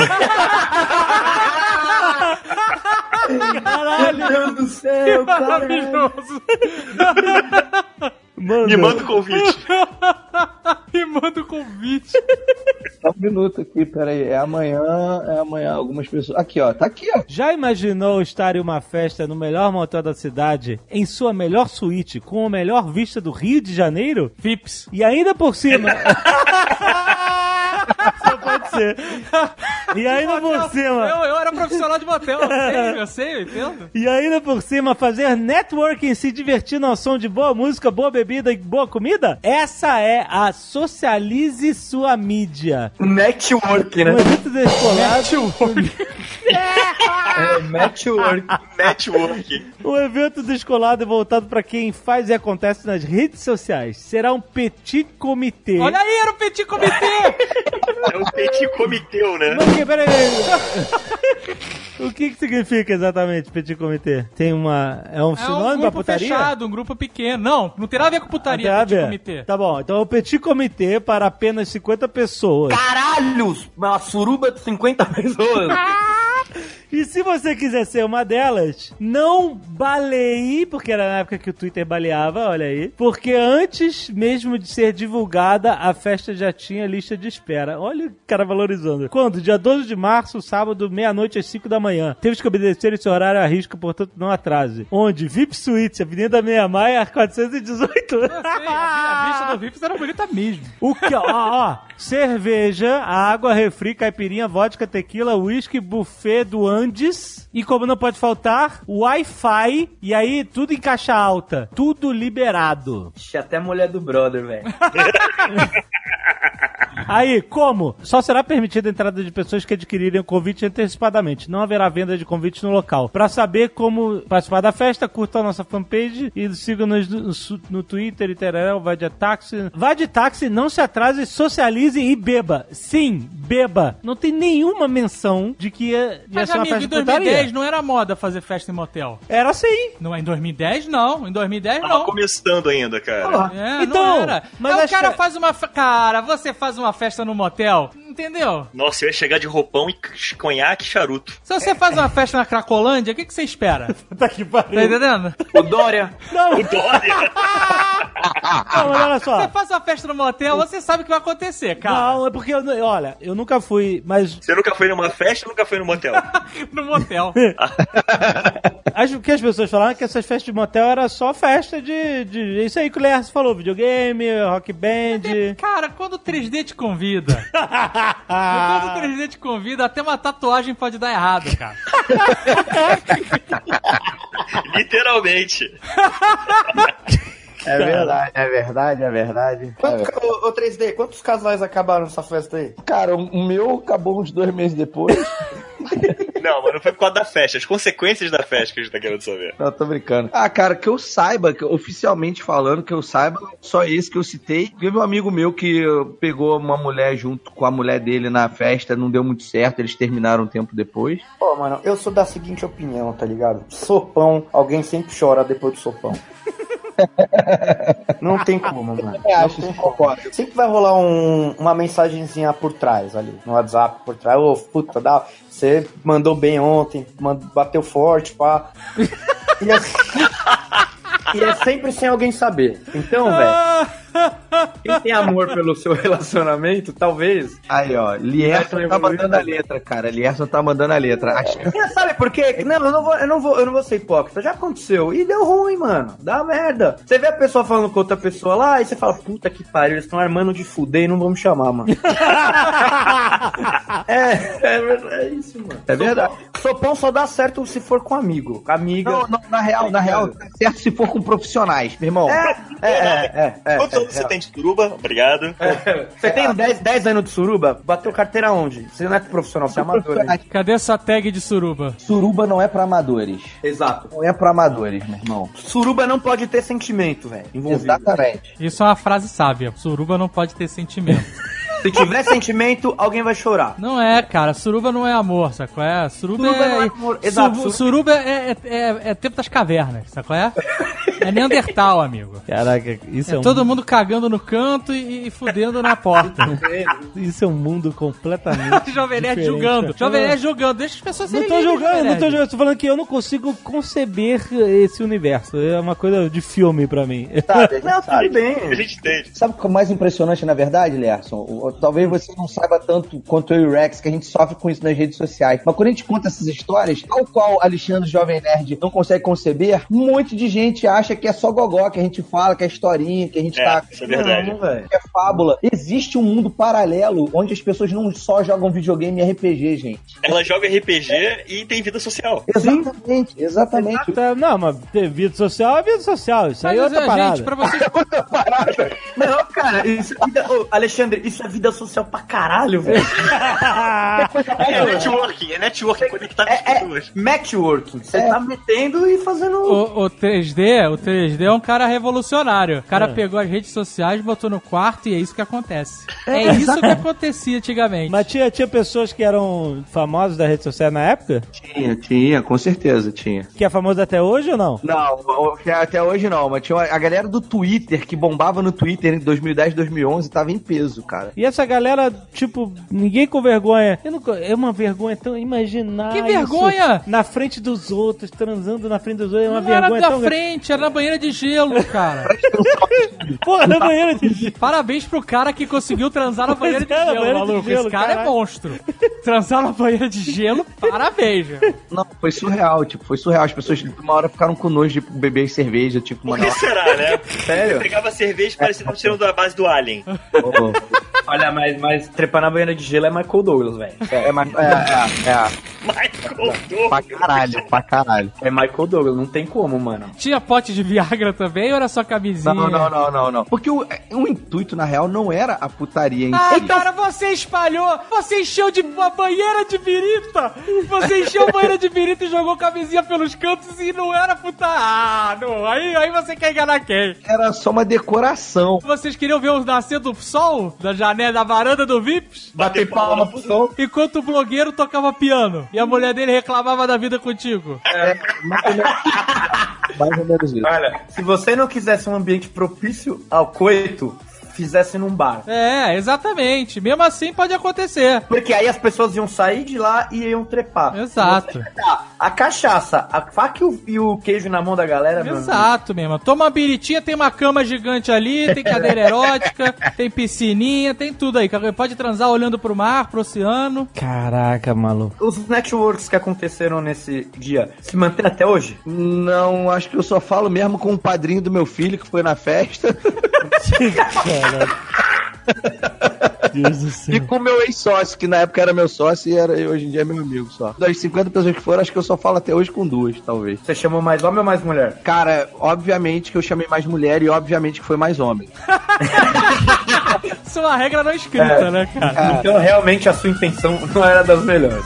Caralho! Meu Deus do céu, Maravilhoso! Me manda o convite. Me manda o convite. Só um minuto aqui, peraí. É amanhã, algumas pessoas... Aqui, ó, tá aqui, ó. Já imaginou estar em uma festa no melhor motel da cidade, em sua melhor suíte, com a melhor vista do Rio de Janeiro? Vips. E ainda por cima... Só pode ser. E ainda por cima... Eu era profissional de motel, eu entendo. E ainda por cima, fazer networking e se divertir ao som de boa música, boa bebida e boa comida? Essa é a Socialize Sua Mídia. Network, né? Um evento descolado. Network. Um evento descolado e voltado pra quem faz e acontece nas redes sociais. Será um petit comité. Olha aí, era um petit comité! É um petit comiteu, né? Mas, peraí. O que significa exatamente petit comité? Tem uma... É um sinônimo pra putaria? Fechado, um grupo pequeno. Não tem nada a ver com putaria, petit comité. Tá bom, então é o petit comité para apenas 50 pessoas. Caralhos! Uma suruba de 50 pessoas. E se você quiser ser uma delas, não baleie, porque era na época que o Twitter baleava, olha aí, porque antes mesmo de ser divulgada, a festa já tinha lista de espera. Olha o cara valorizando. Quando? Dia 12 de março, sábado, meia-noite às 5 da manhã. Temos que obedecer esse horário a risco, portanto não atrase. Onde? VIP Suite, Avenida Meia Maia, 418. Eu sei, a vista do VIP era bonita mesmo. O que? Ó, cerveja, água, refri, caipirinha, vodka, tequila, whisky, buffet do Andes. E como não pode faltar, Wi-Fi. E aí, tudo em caixa alta. Tudo liberado. Ixi, até a mulher do brother, velho. Aí, como? Só será permitida a entrada de pessoas que adquirirem o convite antecipadamente. Não haverá venda de convites no local. Para saber como participar da festa, curta a nossa fanpage e siga-nos no Twitter e tereré, vai de táxi. Vai de táxi, não se atrase, socialize e beba. Sim, beba. Não tem nenhuma menção de que ia ser uma festa de putaria. Em 2010 não era moda fazer festa em motel. Era sim. Não, em 2010 não. Em 2010 Tava não. começando ainda, cara. É, então, não era. mas aí o cara faz uma... Cara, você faz uma festa no motel, entendeu? Nossa, eu ia chegar de roupão e conhaque e charuto. Se você faz uma festa na Cracolândia, o que você espera? Tá que pariu. Tá entendendo? O Dória. Não. O Dória. Não, mas olha só. Você faz uma festa no motel, você sabe o que vai acontecer, cara. Não, é porque, olha, eu nunca fui, mas... Você nunca foi numa festa, nunca foi no motel? No motel. Acho que as pessoas falaram que essas festas de motel era só festa de isso aí que o Lerce falou, videogame, rock band. Cara, quando o 3D te convida, quando o 3D te convida, até uma tatuagem pode dar errado, cara. Literalmente. É verdade. Ô 3D, quantos casais acabaram nessa festa aí? Cara, o meu acabou uns 2 meses depois. Não, mas não foi por causa da festa. As consequências da festa que a gente tá querendo saber. Não, tô brincando. Ah, cara, que eu saiba, oficialmente falando, que eu saiba, só esse que eu citei. Teve um amigo meu que pegou uma mulher junto com a mulher dele na festa, não deu muito certo, eles terminaram um tempo depois. Pô, mano, eu sou da seguinte opinião, tá ligado? Sopão, alguém sempre chora depois do sopão. Não tem como, mano. Eu acho, concordo. Sempre vai rolar uma mensagenzinha por trás ali, no WhatsApp por trás. Ô, puta, você mandou bem ontem, bateu forte, pá. E é sempre sem alguém saber. Então, velho, quem tem amor pelo seu relacionamento, talvez... Aí, ó, Lierson tá mandando a letra, cara. Lierson tá mandando a letra. Sabe por quê? Não, eu não vou ser hipócrita. Já aconteceu. E deu ruim, mano. Dá merda. Você vê a pessoa falando com outra pessoa lá, e você fala, puta que pariu, eles estão armando de fuder e não vão me chamar, mano. É isso, mano. É verdade. Sopão só dá certo se for com amigo. Amiga. Não, na real, tá certo se for com profissionais, meu irmão. Quantos anos você tem de suruba? Obrigado. Você tem 10 anos de suruba? Bateu carteira onde? Você não é profissional, você é amador. Né? Cadê essa tag de suruba? Suruba não é pra amadores. Exato. Não é pra amadores, meu irmão. Suruba não pode ter sentimento, velho. Exatamente. Isso é uma frase sábia. Suruba não pode ter sentimento. Se tiver sentimento, alguém vai chorar. Não é, cara. Suruba não é amor, sacou? Suruba não é amor. Exato. Suruba é tempo das cavernas, sacou? É Neandertal, amigo. Caraca, isso é todo mundo cagando no canto e fudendo na porta. Isso é um mundo completamente Jovem Nerd julgando. Jovem Nerd julgando. Deixa as pessoas serem livres. Não tô julgando. Tô falando que eu não consigo conceber esse universo. É uma coisa de filme pra mim. Tudo bem. A gente entende. Sabe o que é mais impressionante, na verdade, Lerson? Talvez você não saiba tanto quanto eu e o Rex, que a gente sofre com isso nas redes sociais. Mas quando a gente conta essas histórias, tal qual Alexandre Jovem Nerd não consegue conceber, um monte de gente acha que é só gogó, que a gente fala, que é historinha, que a gente tá... Isso é verdade. Não, que é fábula. Existe um mundo paralelo onde as pessoas não só jogam videogame e RPG, gente. Ela joga RPG e tem vida social. Exatamente. Não, mas vida social é vida social. Isso aí é outra parada. Gente, pra vocês... Não, cara, Alexandre, isso é vida social pra caralho, velho. É networking, conectar com as pessoas. Matchworking. Você tá metendo e fazendo... O 3D 3D é um cara revolucionário. O cara pegou as redes sociais, botou no quarto e é isso que acontece. É isso que acontecia antigamente. Mas tinha pessoas que eram famosas da rede social na época? Tinha, com certeza tinha. Que é famoso até hoje ou não? Não, até hoje não, mas tinha a galera do Twitter, que bombava no Twitter em 2010, 2011, tava em peso, cara. E essa galera, tipo, ninguém com vergonha. É uma vergonha tão imaginar. Que vergonha? Isso na frente dos outros, transando na frente dos outros. É uma não vergonha era tão da frente, era na banheira de gelo, cara. Porra, na banheira de gelo. Parabéns pro cara que conseguiu transar na banheira de gelo, maluco. Esse cara é monstro. Transar na banheira de gelo, parabéns. Não, foi surreal, As pessoas, uma hora, ficaram com nojo de beber cerveja, tipo, Por que será, né? Sério? Pegava cerveja e parecia que tava tirando da base do Alien. Olha, mas trepar na banheira de gelo é Michael Douglas, velho. Michael Douglas. Pra caralho. É Michael Douglas, não tem como, mano. Tinha pote de Viagra também ou era só camisinha? Não. Porque o intuito, na real, não era a putaria em si. Cara, você espalhou, você encheu de uma banheira de birita. Você encheu a banheira de birita e jogou camisinha pelos cantos e não era puta. Não. Aí você quer enganar quem? Era só uma decoração. Vocês queriam ver o nascer do sol da janela, da varanda do Vips? Bater palma pro sol. Enquanto o blogueiro tocava piano e a mulher dele reclamava da vida contigo. Mais ou menos isso. Olha, se você não quisesse um ambiente propício ao coito, fizesse num bar. É, exatamente. Mesmo assim pode acontecer. Porque aí as pessoas iam sair de lá e iam trepar. Exato. A cachaça, a faca e o queijo na mão da galera, meu Exato, mesmo. Toma uma biritinha, tem uma cama gigante ali, tem cadeira erótica, tem piscininha, tem tudo aí. Pode transar olhando pro mar, pro oceano. Caraca, maluco. Os networks que aconteceram nesse dia se mantêm até hoje? Não, acho que eu só falo mesmo com o padrinho do meu filho que foi na festa. Deus do céu. E com o meu ex-sócio, que na época era meu sócio e hoje em dia é meu amigo só. Das 50 pessoas que foram, acho que eu só falo até hoje com 2, talvez. Você chamou mais homem ou mais mulher? Cara, obviamente que eu chamei mais mulher e obviamente que foi mais homem. Isso é uma regra não escrita, né, cara? Então realmente a sua intenção não era das melhores.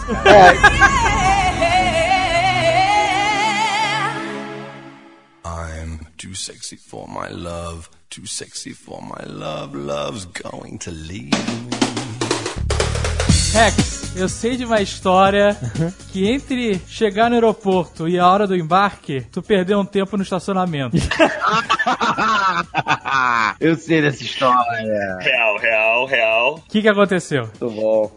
I'm too sexy for my love. Too sexy for my love, love's going to leave me. Rex, eu sei de uma história que entre chegar no aeroporto e a hora do embarque, tu perdeu um tempo no estacionamento. Eu sei dessa história. Real. O que aconteceu? Muito bom.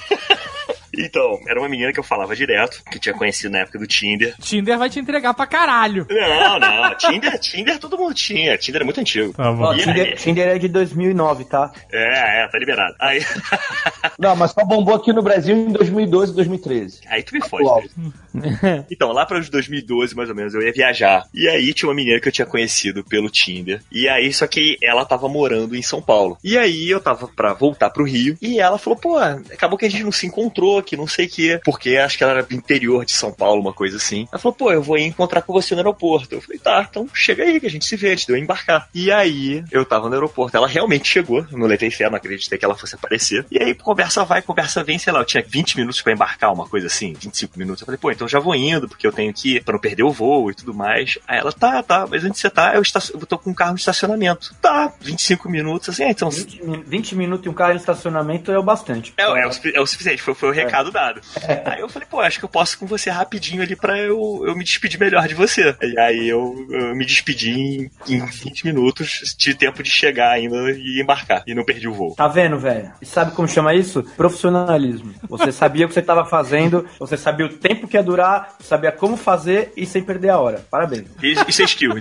Então, era uma menina que eu falava direto, que tinha conhecido na época do Tinder. Tinder vai te entregar pra caralho. Não. Tinder todo mundo tinha. Tinder é muito antigo. Ó, Tinder é de 2009, tá? Tá liberado. Aí... Não, mas só bombou aqui no Brasil em 2012 e 2013. Aí tu me fode. Então, lá para os 2012, mais ou menos, eu ia viajar. E aí tinha uma menina que eu tinha conhecido pelo Tinder. E aí, só que ela tava morando em São Paulo. E aí eu tava pra voltar pro Rio. E ela falou, pô, acabou que a gente não se encontrou, que não sei o quê. Porque acho que ela era do interior de São Paulo, uma coisa assim. Ela falou, pô, eu vou ir encontrar com você no aeroporto. Eu falei, tá, então chega aí que a gente se vê, antes de eu embarcar. E aí, eu tava no aeroporto. Ela realmente chegou. Não levei fé, não acreditei que ela fosse aparecer. E aí, conversa vai, conversa vem, sei lá, eu tinha 20 minutos pra embarcar, uma coisa assim, 25 minutos. Eu falei, pô, então já vou indo, porque eu tenho que ir pra não perder o voo e tudo mais. Aí ela, tá, mas onde você tá? Eu tô com um carro no estacionamento. Tá, 25 minutos, assim, então... 20 minutos e um carro no estacionamento é o bastante. É o suficiente, foi o recado dado. Aí eu falei, pô, acho que eu posso ir com você rapidinho ali pra eu me despedir melhor de você. E aí eu me despedi em 20 minutos, tive tempo de chegar ainda e embarcar. E não perdi o voo. Tá vendo, velho? E sabe como chama isso? Profissionalismo. Você sabia o que você tava fazendo, você sabia o tempo que ia durar, sabia como fazer e sem perder a hora. Parabéns. Isso é skill.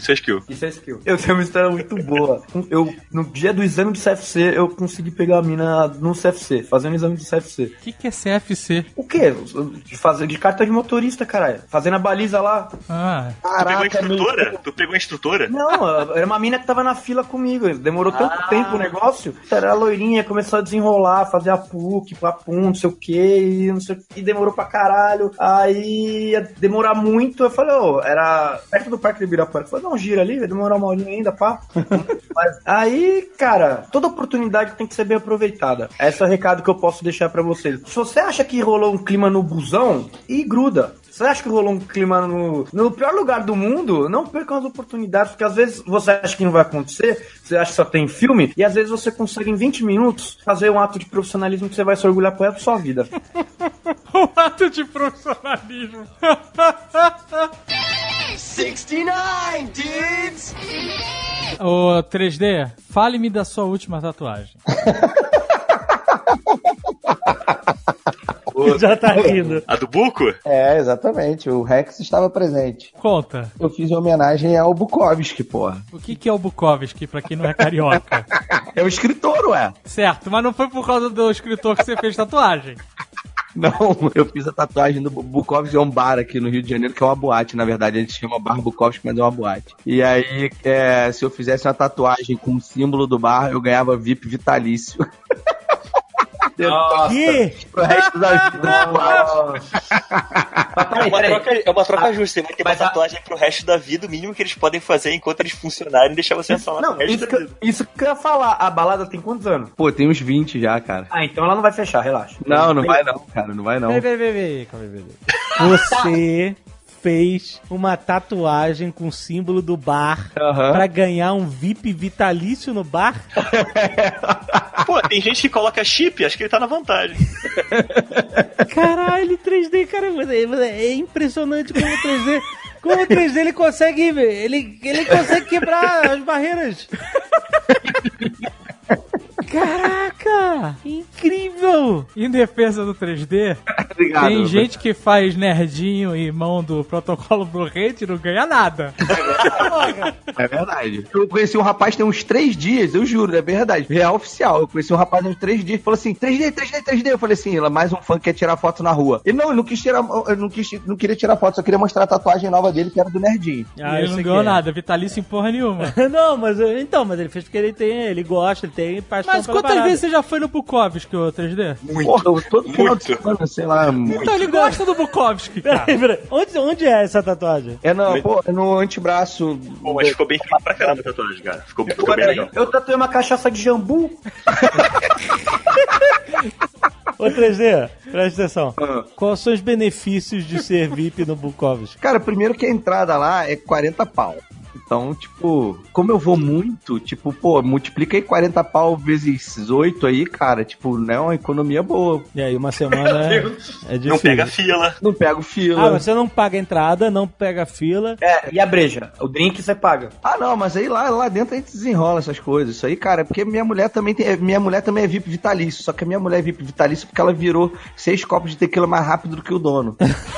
Eu tenho uma história muito boa. No dia do exame do CFC, eu consegui pegar a mina no CFC, fazendo o exame do CFC. O que é CFC? O quê? De carta de motorista, caralho. Fazendo a baliza lá. Caraca, Tu pegou a instrutora? Não, era uma mina que tava na fila comigo. Demorou tanto tempo o negócio. Era a loirinha, começou a desenrolar, fazer a PUC, papum, não sei o que, e demorou pra caralho. Aí ia demorar muito. Eu falei, era perto do Parque de Ibirapuera. Eu falei, dá um giro ali, vai demorar uma horinha ainda, pá. Mas aí, cara, toda oportunidade tem que ser bem aproveitada. Esse é o recado que eu posso deixar pra vocês. Se você acha que rolou um clima no busão, e gruda. Você acha que rolou um clima no pior lugar do mundo? Não percam as oportunidades, porque às vezes você acha que não vai acontecer, você acha que só tem filme, e às vezes você consegue em 20 minutos fazer um ato de profissionalismo que você vai se orgulhar por resto da sua vida. Um ato de profissionalismo. 69, dudes! Ô, 3D, fale-me da sua última tatuagem. Já tá rindo. A do Buco? É, exatamente. O Rex estava presente. Conta. Eu fiz homenagem ao Bukowski, porra. O que é o Bukowski, pra quem não é carioca? É o escritor, ué. Certo, mas não foi por causa do escritor que você fez tatuagem. Não, eu fiz a tatuagem do Bukowski, é um bar aqui no Rio de Janeiro, que é uma boate, na verdade. A gente chama Bar Bukowski, mas é uma boate. E aí, se eu fizesse uma tatuagem com o símbolo do bar, eu ganhava VIP vitalício. Que? Pro resto da vida. É uma troca justa. Você vai ter uma tatuagem pro resto da vida. O mínimo que eles podem fazer enquanto eles funcionarem e deixar você só lá pro resto da vida. Isso que eu ia falar. A balada tem quantos anos? Pô, tem uns 20 já, cara. Ah, então ela não vai fechar, relaxa. Não vai não, cara. Não vai não. Peraí. Você fez uma tatuagem com o símbolo do bar pra ganhar um VIP vitalício no bar? Pô, tem gente que coloca chip, acho que ele tá na vantagem. Caralho, 3D, cara, é impressionante como o 3D... Como o 3D ele consegue quebrar as barreiras. Caraca! Incrível! Em defesa do 3D, Obrigado, tem gente que faz nerdinho e mão do protocolo Blu-ray e não ganha nada. É verdade. Eu conheci um rapaz tem uns 3 dias, eu juro, é verdade. Real oficial. Eu conheci um rapaz tem uns 3 dias e falou assim: 3D. Eu falei assim: mais um fã que quer tirar foto na rua. Ele não queria tirar foto, só queria mostrar a tatuagem nova dele, que era do nerdinho. E ele não ganhou nada, vitalício em porra nenhuma. Não, mas ele fez porque ele gosta, ele tem paixão. Mas quantas vezes você já foi no Bukowski, ô 3D? Muito. Porra, todo final de semana, sei lá. Então ele gosta do Bukowski, cara. Peraí. Onde é essa tatuagem? É no antebraço. Pô, mas ficou bem feito pra caramba a tatuagem, cara. Ficou bem legal. Eu tatuei uma cachaça de jambu. Ô 3D, presta atenção. Quais são os benefícios de ser VIP no Bukowski? Cara, primeiro que a entrada lá é 40 pau. Então, tipo, como eu vou muito, tipo, pô, multiplica aí 40 pau vezes 8 aí, cara, tipo, não é uma economia boa. E aí, uma semana é difícil. Não pega fila. Não pego fila. Ah, você não paga a entrada, não pega fila. É, e a breja? O drink você paga. Ah, não, mas aí lá dentro a gente desenrola essas coisas. Isso aí, cara, porque minha mulher também é VIP vitalício, só que a minha mulher é VIP vitalício porque ela virou 6 copos de tequila mais rápido do que o dono.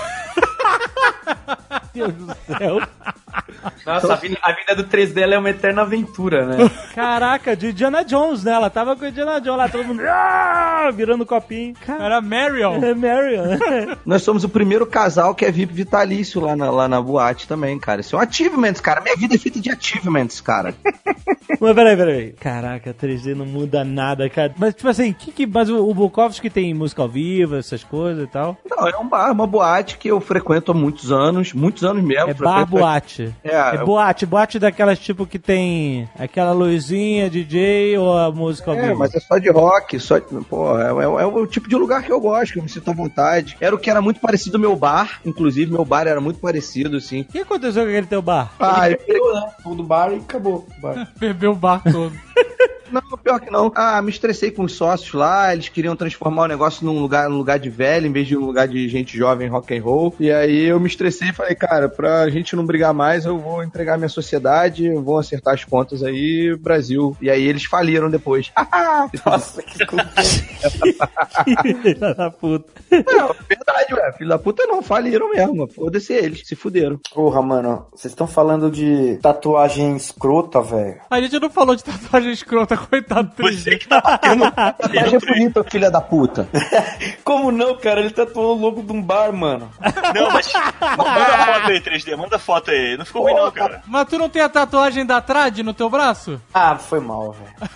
Deus do céu. Nossa, a vida do 3D ela é uma eterna aventura, né? Caraca, de Indiana Jones, né? Ela tava com a Indiana Jones lá, todo mundo virando copinho. Era Marion. É Marion. Nós somos o primeiro casal que é VIP vitalício lá na boate também, cara. Isso é um achievement, cara. Minha vida é feita de achievements, cara. Mas peraí. Caraca, 3D não muda nada, cara. Mas, tipo assim, mas o Bukowski tem música ao vivo, essas coisas e tal? Não, é um bar, uma boate que eu frequento há muitos anos mesmo. É bar boate. É boate daquelas tipo que tem aquela luzinha, DJ ou a música ao vivo? Mas é só de rock, porra, é o tipo de lugar que eu gosto, que eu me sinto à vontade. Era o que era muito parecido ao meu bar, inclusive meu bar era muito parecido, assim. O que aconteceu com aquele teu bar? Ele bebeu, né? Todo bar e acabou o bar. Bebeu o bar todo. Não, pior que não. Me estressei com os sócios lá, eles queriam transformar o negócio num lugar de velho, em vez de um lugar de gente jovem rock and roll. E aí eu me estressei e falei, cara, pra gente não brigar mais, eu vou entregar minha sociedade, eu vou acertar as contas aí, Brasil. E aí eles faliram depois. Nossa, que Filha da puta. Não, verdade, ué. Filho da puta não, faliram mesmo. Foda-se eles, se fuderam. Porra, mano, vocês estão falando de tatuagem escrota, velho. A gente não falou de tatuagem escrota, coitado do 3D. Você que tá batendo. Tatuagem bonita, filha da puta. Como não, cara? Ele tatuou o logo de um bar, mano. Não, mas manda foto aí, 3D, manda foto aí. Não ficou ruim não, cara. Mas tu não tem a tatuagem da Trad no teu braço? Ah, foi mal, velho.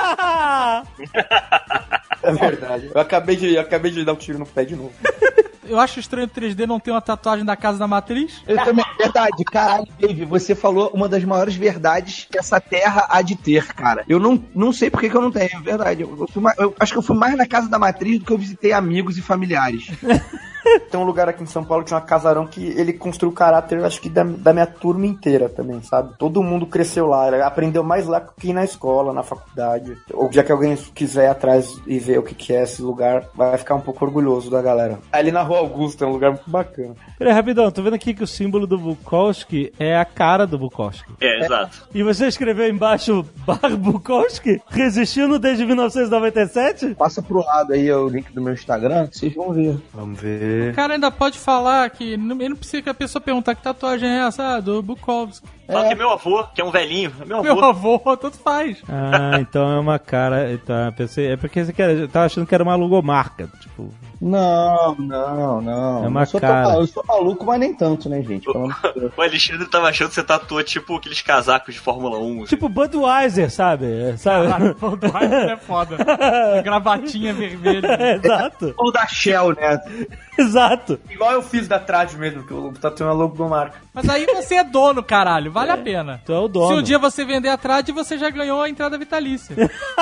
É verdade. Eu acabei de dar um tiro no pé de novo. Eu acho estranho o 3D não ter uma tatuagem da Casa da Matriz. Eu também. Verdade, caralho, Dave, você falou uma das maiores verdades que essa terra há de ter, cara. Eu não sei por que eu não tenho, é verdade. Eu acho que eu fui mais na Casa da Matriz do que eu visitei amigos e familiares. Tem um lugar aqui em São Paulo que tinha um casarão que ele construiu o caráter, acho que da minha turma inteira também, sabe? Todo mundo cresceu lá, ele aprendeu mais lá que na escola, na faculdade. Ou já que alguém quiser ir atrás e ver o que é esse lugar, vai ficar um pouco orgulhoso da galera. Ali na Rua Augusta, é um lugar muito bacana. Peraí, rapidão, tô vendo aqui que o símbolo do Bukowski é a cara do Bukowski. Exato. E você escreveu embaixo Bar Bukowski, resistindo desde 1997? Passa pro lado aí o link do meu Instagram, que vocês vão ver. Vamos ver. O cara ainda pode falar que ele não precisa que a pessoa perguntar que tatuagem é essa, do Bukowski. Fala que é meu avô, que é um velhinho. É meu Meu avô, tanto faz. Ah, então é uma cara. Então, eu pensei, é porque você quer, eu tava achando que era uma logomarca. Tipo. Não. É uma cara. Eu sou maluco, mas nem tanto, né, gente? O Alexandre tava achando que você tatuou tipo aqueles casacos de Fórmula 1. Tipo Budweiser, sabe? Caralho, o Budweiser é foda. A gravatinha vermelha. Exato. Ou da Shell, né? Exato. Igual eu fiz da Trad mesmo, que eu tatuei uma logomarca. Mas aí você é dono, caralho. Vale a pena. Tu é o dono. Se um dia você vender a Trad, você já ganhou a entrada vitalícia.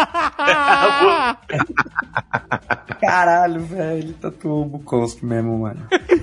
Caralho, velho, ele tatuou o Bukowski mesmo, mano.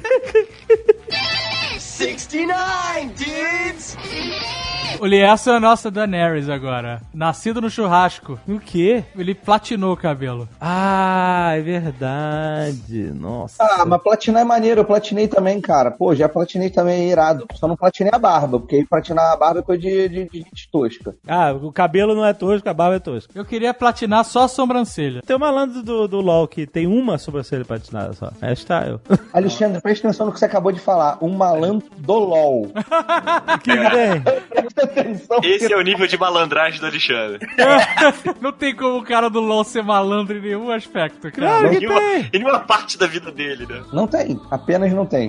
69, dudes! O Lierson é a nossa Daenerys agora. Nascido no churrasco. O quê? Ele platinou o cabelo. Ah, é verdade. Nossa. Ah, mas platinar é maneiro, eu platinei também, cara. Pô, já platinei também, é irado. Só não platinei a barba, porque aí platinar a barba é coisa de gente tosca. Ah, o cabelo não é tosco, a barba é tosca. Eu queria platinar só a sobrancelha. Tem um malandro do LoL que tem uma sobrancelha platinada só. É style. Alexandre, presta atenção no que você acabou de falar. Um malandro do LOL. O que tem? Presta atenção. Esse é o nível de malandragem do Alexandre. Não tem como o cara do LoL ser malandro em nenhum aspecto, cara. Claro que Em tem. nenhuma parte da vida dele, né? Não tem, apenas não tem.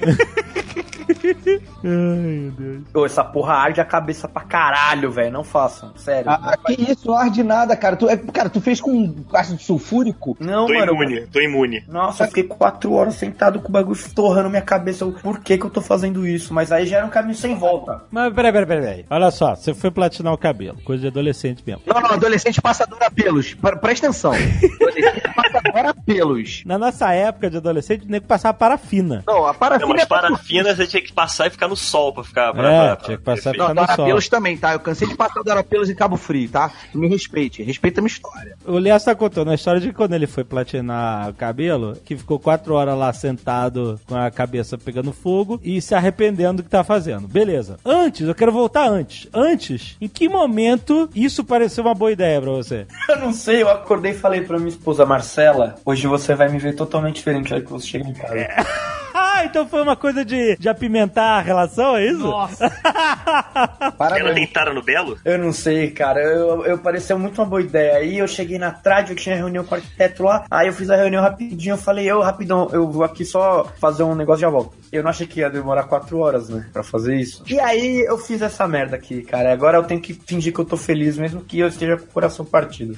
Ai, meu Deus. Ô, essa porra arde a cabeça pra caralho, velho. Não façam, sério. Que isso, não arde nada, cara. Tu fez com ácido sulfúrico? Não, Tô mano. imune. Nossa, eu fiquei 4 horas sentado com o bagulho torrando minha cabeça. Por que eu tô fazendo isso? Mas aí já era um caminho sem volta. Mas peraí. Olha só, você foi platinar o cabelo. Coisa de adolescente mesmo. Não, adolescente passador a pelos. Presta atenção. Adolescente passador a pelos. Na nossa época de adolescente, o nego passava parafina. Não, a parafina Não, mas é pra parafina você tinha que passar e ficar no sol pra ficar... Tinha que passar e Não, ficar no sol. Dorapelos também, tá? Eu cansei de passar Dorapelos em Cabo Frio, tá? Me respeite, respeita a minha história. O Lias tá contando a história de que quando ele foi platinar o cabelo, que ficou 4 horas lá sentado com a cabeça pegando fogo e se arrependendo do que tá fazendo. Beleza. Antes, eu quero voltar antes. Antes, em que momento isso pareceu uma boa ideia pra você? Eu não sei, eu acordei e falei pra minha esposa, Marcela, hoje você vai me ver totalmente diferente aí que você chega em casa. Ah, então foi uma coisa de apimentar a relação, é isso? Nossa. Ela deitaram no Belo? Eu não sei, cara, eu pareceu muito uma boa ideia. Aí eu cheguei na Trad, eu tinha reunião com o arquiteto lá, aí eu fiz a reunião rapidinho, eu falei, rapidão, eu vou aqui só fazer um negócio e já volto. Eu não achei que ia demorar 4 horas, né, pra fazer isso. E aí eu fiz essa merda aqui, cara, agora eu tenho que fingir que eu tô feliz, mesmo que eu esteja com o coração partido.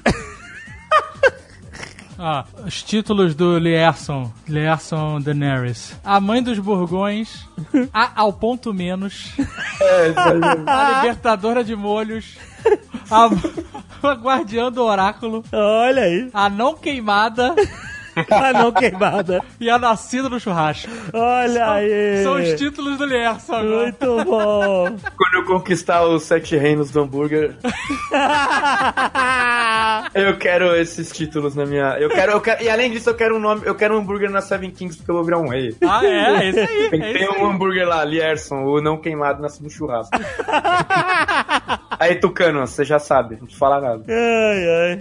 Os títulos do Lierson Daenerys. A mãe dos Borgões, a ao ponto menos, a libertadora de molhos, a guardiã do oráculo, Olha aí. a não queimada A não queimada. e a nascida no churrasco. Olha aí. São os títulos do Lierson agora. Muito bom. Quando eu conquistar os 7 reinos do hambúrguer, eu quero esses títulos na minha... Eu quero... E além disso, eu quero um nome... Eu quero um hambúrguer na Seven Kings, porque eu vou virar um rei. Ah, é isso aí. Tem um hambúrguer lá, Lierson, o não queimado no churrasco. Aí, Tucano, você já sabe, não te fala nada. Ai.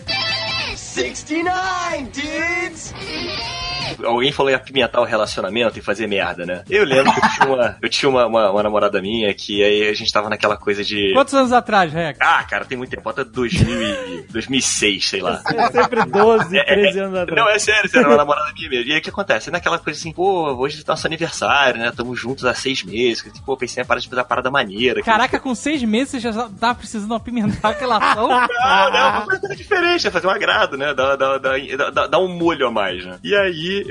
69, dudes! Alguém falou em apimentar o relacionamento e fazer merda, né? Eu lembro que eu tinha uma namorada minha que aí a gente tava naquela coisa de... Quantos anos atrás, Rex? Ah, cara, tem muito tempo. Bota 2006, sei lá. É sempre 12, 13 anos atrás. Não, é sério, era uma namorada minha mesmo. E aí o que acontece? Naquela coisa assim, pô, hoje é nosso aniversário, né? Tamo juntos há 6 meses. Pô, pensei em parar de fazer a parada maneira. Caraca, com 6 meses você já tá precisando apimentar a relação? Não, uma coisa diferente, é fazer um agrado, né? Dar um molho a mais, né? E aí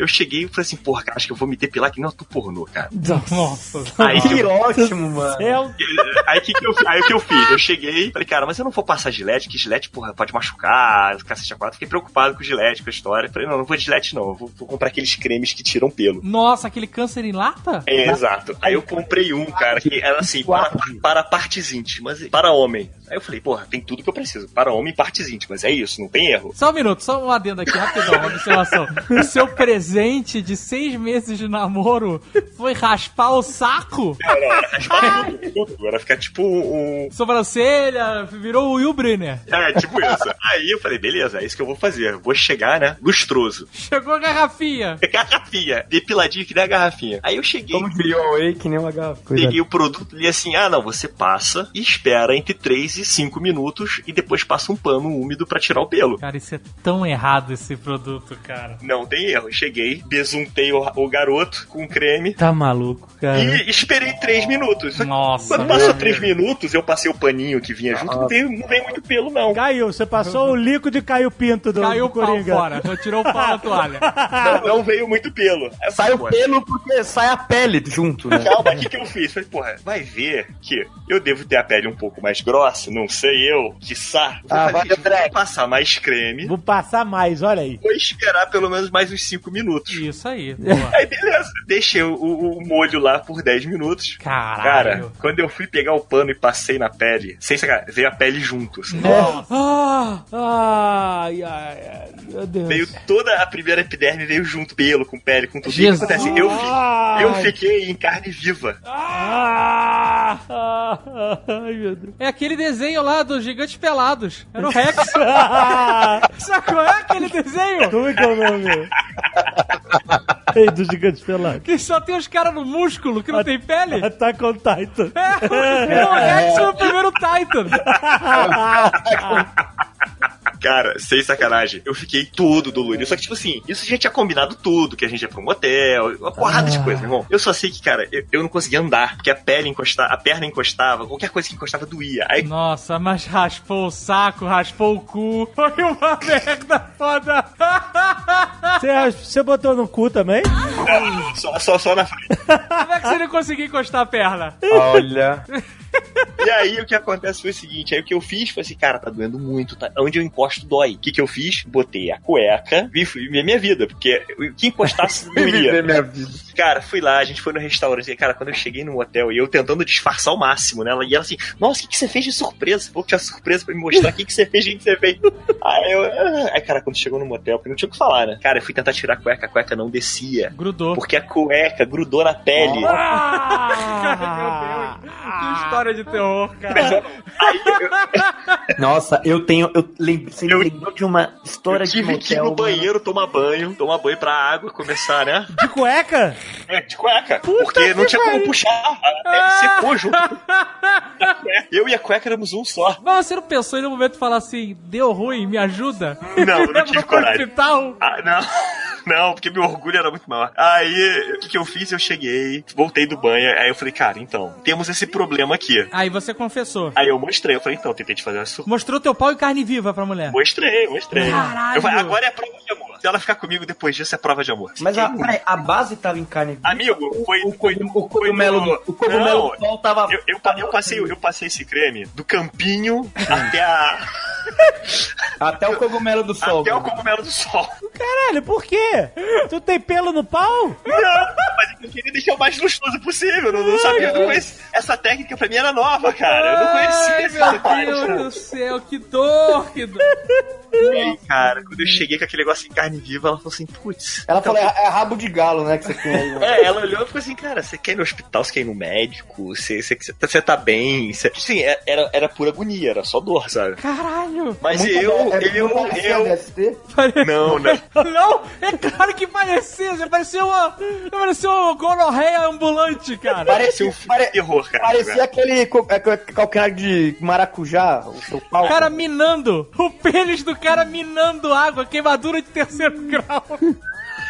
Eu cheguei e falei assim, porra, cara, acho que eu vou me depilar que nem tu pornô, cara. Nossa. Aí Que ótimo, mano. Aí o que eu fiz? Eu cheguei, falei, cara, mas eu não vou passar Gillette, que Gillette, porra, pode machucar, cacete a quatro. Fiquei preocupado com o Gillette, com a história. Falei, não vou de Gillette não, vou comprar aqueles cremes que tiram pelo. Nossa, aquele câncer em lata? Exato. Aí eu comprei um, cara, que era assim, para partes íntimas, para homem. Aí eu falei, porra, tem tudo que eu preciso, para homem e partes íntimas, é isso, não tem erro. Só um minuto, só um adendo aqui, rapidão, uma observação. O seu presente de 6 meses de namoro foi raspar o saco? Era raspar tudo, era ficar tipo um... Sobrancelha, virou o Will Brenner. É, tipo isso. Aí eu falei, beleza, é isso que eu vou fazer. Vou chegar, né, lustroso. Chegou a garrafinha. Garrafinha, depiladinho que nem a garrafinha. Aí eu cheguei... Como diria o Away, que nem uma garrafa. Peguei o produto e assim, não, você passa e espera entre 3 e 5 minutos e depois passa um pano úmido pra tirar o pelo. Cara, isso é tão errado esse produto, cara. Não tem erro. Cheguei, besuntei o garoto com creme. Tá maluco, cara. E esperei 3 minutos. Nossa. Quando passou 3 minutos, eu passei o paninho que vinha junto, não veio muito pelo, não. Caiu, você passou o líquido e caiu o pinto do Caiu o pau Coringa. fora, tirou o pau da toalha. Não veio muito pelo. Aí, Sai o pelo porque sai a pele junto, né? Calma, o que eu fiz? Falei, porra, vai ver que eu devo ter a pele um pouco mais grossa, não sei eu, quiçá. Vou passar mais creme. Vou passar mais, olha aí. Vou esperar pelo menos mais uns 5 minutos. Isso aí. Boa. Aí beleza, deixei o molho lá por 10 minutos. Caralho. Cara, quando eu fui pegar o pano e passei na pele, sem sacanagem, veio a pele junto. Assim. Ai, meu Deus. Veio toda a primeira epiderme, veio junto, pelo, com pele, com tudo. Jesus. O que acontece? Eu fiquei em carne viva. Ai, meu Deus. É aquele desenho lá dos Gigantes Pelados. Era o Rex. Sabe qual é aquele desenho? Como é que é o nome? Ei, dos Gigantes Pelados. Que só tem os caras no músculo, que não tem pele? Attack on Titan. É o Rex no primeiro Titan. Cara, sem sacanagem, eu fiquei todo dolorido. Só que, tipo assim, isso a gente tinha combinado tudo, que a gente ia pra um motel, uma porrada de coisa, irmão. Eu só sei que, cara, eu não conseguia andar, porque a perna encostava, qualquer coisa que encostava doía. Aí... Nossa, mas raspou o saco, raspou o cu. Foi uma merda foda. Você botou no cu também? Só na frente. Como é que você não conseguiu encostar a perna? Olha... E aí o que acontece foi o seguinte, aí o que eu fiz foi assim, cara, tá doendo muito, tá? Onde eu encosto dói. O que eu fiz? Botei a cueca, vi minha vida, porque o que encostasse doía. minha vida. Cara, fui lá, a gente foi no restaurante, e, cara, quando eu cheguei no hotel, e eu tentando disfarçar ao máximo, né, e ela assim, nossa, o que você fez de surpresa? Vou tinha surpresa pra me mostrar o que você fez, o que você fez. Aí, cara, quando chegou no motel, porque não tinha o que falar, né? Cara, eu fui tentar tirar a cueca não descia. Grudou. Porque a cueca grudou na pele. Cara, meu Deus. Que história de terror, cara. Nossa, você me lembrou de uma história de motel. Eu tive que ir no banheiro tomar banho pra água começar, né? De cueca? É, de cueca. Porque não tinha como puxar. A pele secou junto. Eu e a cueca éramos um só. Mas você não pensou em um momento falar assim, deu ruim, me ajuda? Não, eu não tive coragem. Hospital? Não, porque meu orgulho era muito maior. Aí, o que eu fiz? Eu cheguei, voltei do banho, aí eu falei, cara, então, temos esse problema aqui. Aí você confessou. Aí eu mostrei, eu falei, então, tentei te fazer uma surpresa. Mostrou teu pau e carne viva pra mulher. Mostrei. Caralho. Eu falei, agora é prova de amor. Se ela ficar comigo depois disso, é prova de amor. Mas a base tava em carne viva. Amigo, o cogumelo do pau tava... Eu passei esse creme do campinho até o cogumelo do sol. Até o cogumelo do sol. Caralho, por quê? Tu tem pelo no pau? Não, mas eu queria deixar o mais luxuoso possível. Eu não sabia, eu não conhecia. Essa técnica pra mim era nova, cara. Eu não conhecia essa Meu Deus do céu, que dor. E aí, cara, quando eu cheguei com aquele negócio em carne viva, ela falou assim, putz. Ela falou, é rabo de galo, né, que você tem aí. Né? Ela olhou e falou assim, cara, você quer ir no hospital, você quer ir no médico, você tá bem. Sim, era pura agonia, era só dor, sabe? Caralho. Mas DST? Não. Não, é claro que parecia. Você parecia uma gonorreia ambulante, cara. Parecia um filme de terror, cara. Parecia aquele calcanhar de maracujá, o seu pau. O cara minando. O pênis do cara minando água, queimadura de 3º grau.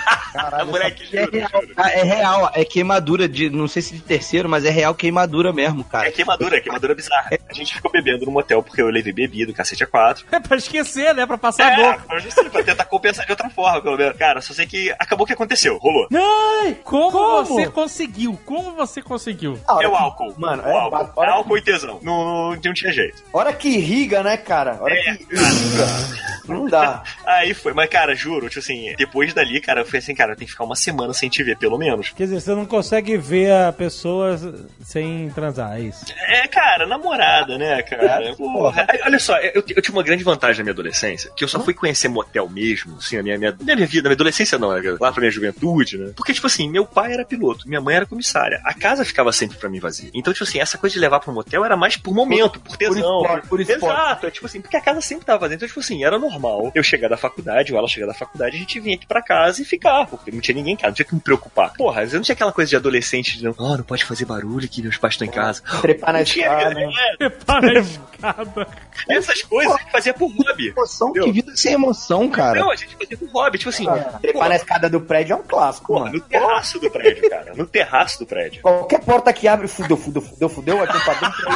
Caralho, Moleque, é real, é queimadura de, não sei se de terceiro, mas é real queimadura mesmo, cara. É queimadura bizarra. A gente ficou bebendo no motel porque eu levei bebida, cacete a 4. É pra esquecer, né? Pra passar a dor. Pra tentar compensar de outra forma, pelo menos. Cara, só sei que acabou o que aconteceu, rolou. Ai, como você conseguiu? Como você conseguiu? É o álcool. Mano, álcool e tesão. Não tinha jeito. Hora que irriga, né, cara? Hora que irriga. Não dá. Aí foi. Mas, cara, juro, tipo assim, depois dali, cara, eu falei assim, cara, eu tenho que ficar uma semana sem te ver, pelo menos. Quer dizer, você não consegue ver a pessoa sem transar, é isso? É, cara, namorada, né, cara? Porra. Aí, olha só, eu tinha uma grande vantagem na minha adolescência, que eu só fui conhecer motel mesmo, assim, na minha vida, na minha adolescência não, né, lá pra minha juventude, né? Porque, tipo assim, meu pai era piloto, minha mãe era comissária, a casa ficava sempre pra mim vazia. Então, tipo assim, essa coisa de levar pro motel era mais por momento, por tesão. Por esporte. Exato, é tipo assim, porque a casa sempre tava vazia. Então, tipo assim, era normal eu chegar da faculdade, ou ela chegar da faculdade, a gente vinha aqui pra casa e ficar, porque não tinha ninguém em casa, não tinha que me preocupar. Porra, eu não tinha aquela coisa de adolescente de não pode fazer barulho que meus pais estão em casa. Trepar na escada. Trepar na escada. Essas coisas a gente fazia por hobby. Emoção, que vida sem emoção, cara. Não, a gente fazia por hobby, tipo assim. Trepar na escada do prédio é um clássico, mano. No terraço do prédio, cara. No terraço do prédio. Qualquer porta que abre, fudeu, aqui pra dentro.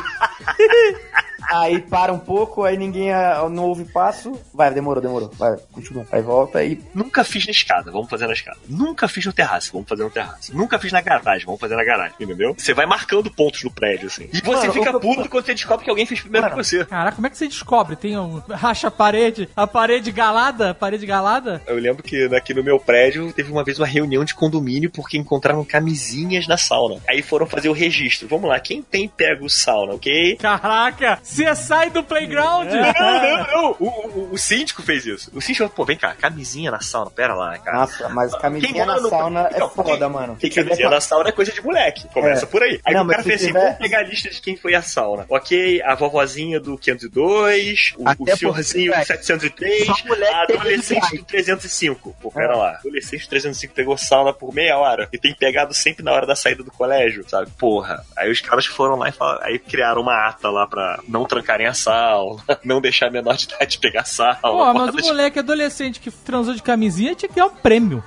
Aí para um pouco, aí ninguém não ouve passo. Vai, demorou. Vai, continua. Aí volta e... Nunca fiz na escada, vamos fazer na escada. Nunca fiz no terraço, vamos fazer no terraço. Nunca fiz na garagem, vamos fazer na garagem, entendeu? Você vai marcando pontos no prédio, assim. E você fica puto quando você descobre que alguém fez primeiro que você. Caraca, como é que você descobre? Tem racha a parede galada? Eu lembro que aqui no meu prédio teve uma vez uma reunião de condomínio porque encontraram camisinhas na sauna. Aí foram fazer o registro. Vamos lá, quem tem pega o sauna, ok? Caraca, você sai do playground? Não. O síndico fez isso. O síndico falou, pô, vem cá, camisinha na sauna, pera lá, cara. Nossa, mas camisinha na sauna é foda, mano. Camisinha na sauna é coisa de moleque. Começa por aí. Aí o cara fez assim, vamos pegar a lista de quem foi à sauna. Ok, a vovozinha do 502, o senhorzinho do 703, a adolescente do 305. Pô, pera lá. Adolescente do 305 pegou sauna por meia hora e tem pegado sempre na hora da saída do colégio, sabe? Porra. Aí os caras foram lá e aí criaram uma ata lá pra não trancarem a sauna, não deixar a menor de idade pegar sauna. Pô, mas o moleque adolescente que transou de camisinha tinha que ganhar um prêmio.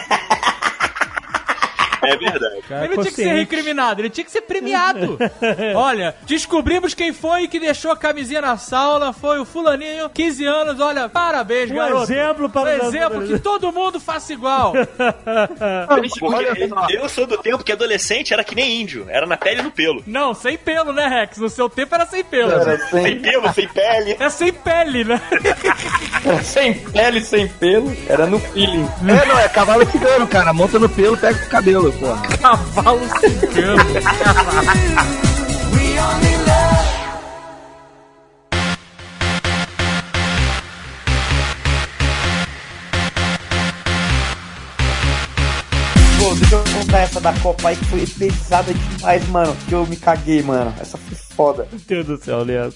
É verdade. Ele não tinha que ser recriminado, ele tinha que ser premiado. Olha, descobrimos quem foi que deixou a camisinha na sauna, foi o fulaninho, 15 anos, olha, parabéns, garoto. Exemplo para um exemplo que todo mundo faça igual. Eu sou do tempo que adolescente era que nem índio, era na pele e no pelo. Não, sem pelo, né, Rex? No seu tempo era sem pelo. Sem pelo, sem pele. É sem pele, né? Sem pele, sem pelo, era no feeling. É cavalo cigano, cara. Monta no pelo, pega o cabelo, porra. Cavalo cigano. Pô, deixa eu contar essa da Copa aí que foi pesada demais, mano. Que eu me caguei, mano. Essa foi foda. Meu Deus do céu, Leandro.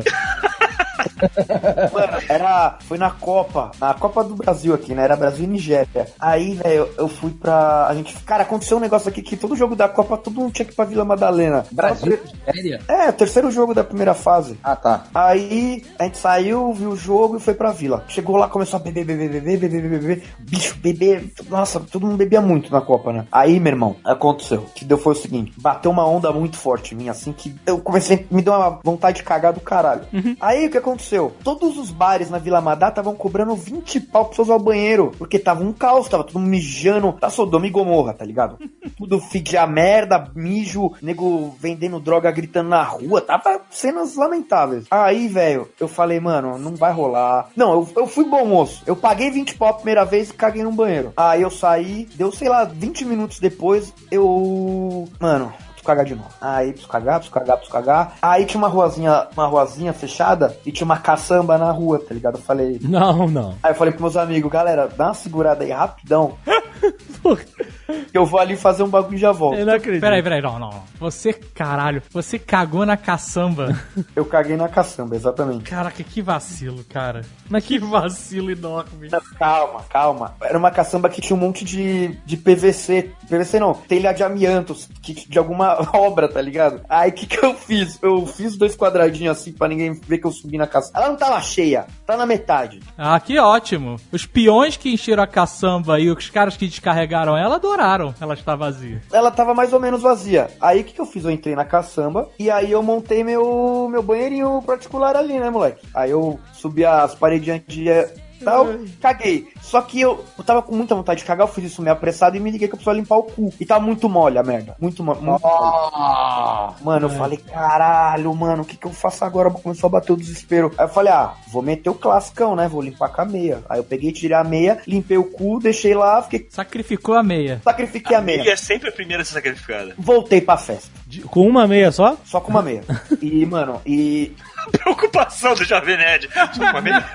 Mano, foi na Copa do Brasil aqui, né? Era Brasil e Nigéria. Aí, velho, eu fui pra... Cara, aconteceu um negócio aqui que todo jogo da Copa, todo mundo tinha que ir pra Vila Madalena. Brasil e Nigéria? É, o terceiro jogo da primeira fase. Ah, tá. Aí, a gente saiu, viu o jogo e foi pra Vila. Chegou lá, começou a beber. Bicho, beber... Nossa, todo mundo bebia muito na Copa, né? Aí, meu irmão, aconteceu. O que deu foi o seguinte, bateu uma onda muito forte em mim, assim, que eu comecei... Me deu uma vontade de cagar do caralho. Aí, o que aconteceu? Todos os bares na Vila Madá estavam cobrando 20 pau pra você usar o banheiro, porque tava um caos, tava tudo mijando, tá Sodoma e Gomorra, tá ligado? Tudo fedia merda, mijo, nego vendendo droga, gritando na rua, tava cenas lamentáveis. Aí, velho, eu falei, mano, não vai rolar. Não, eu fui bom moço, eu paguei 20 pau a primeira vez e caguei no banheiro. Aí eu saí, deu, sei lá, 20 minutos depois, mano... cagar de novo. Aí, preciso cagar. Aí tinha uma ruazinha fechada e tinha uma caçamba na rua, tá ligado? Eu falei... Não. Aí eu falei pros meus amigos, galera, dá uma segurada aí rapidão. Eu vou ali fazer um bagulho e já volto. Eu não acredito. Peraí, não. Você cagou na caçamba. Eu caguei na caçamba, exatamente. Caraca, que vacilo, cara. Mas que vacilo enorme. Não, calma. Era uma caçamba que tinha um monte de PVC. PVC não, telha de amianto, de alguma obra, tá ligado? Aí o que eu fiz? Eu fiz 2 quadradinhos assim pra ninguém ver que eu subi na caçamba. Ela não tava cheia, tá na metade. Ah, que ótimo. Os peões que encheram a caçamba e os caras que descarregaram ela adoraram ela estar vazia. Ela tava mais ou menos vazia. Aí o que eu fiz? Eu entrei na caçamba e aí eu montei meu banheirinho particular ali, né, moleque? Aí eu subi as paredinhas de tal, caguei. Só que eu tava com muita vontade de cagar, eu fiz isso meio apressado e me liguei que eu precisava limpar o cu. E tava muito mole a merda. Muito mole. Mano, eu falei, caralho, mano, o que eu faço agora? Começou a bater o desespero. Aí eu falei, vou meter o classicão, né? Vou limpar com a meia. Aí eu peguei, tirei a meia, limpei o cu, deixei lá, fiquei... Sacrificou a meia. Sacrifiquei a meia. Ele é sempre a primeira a ser sacrificada. Voltei pra festa. Com uma meia só? Só com uma meia. E, mano, Preocupação do Jovem Nerd. Só com a meia.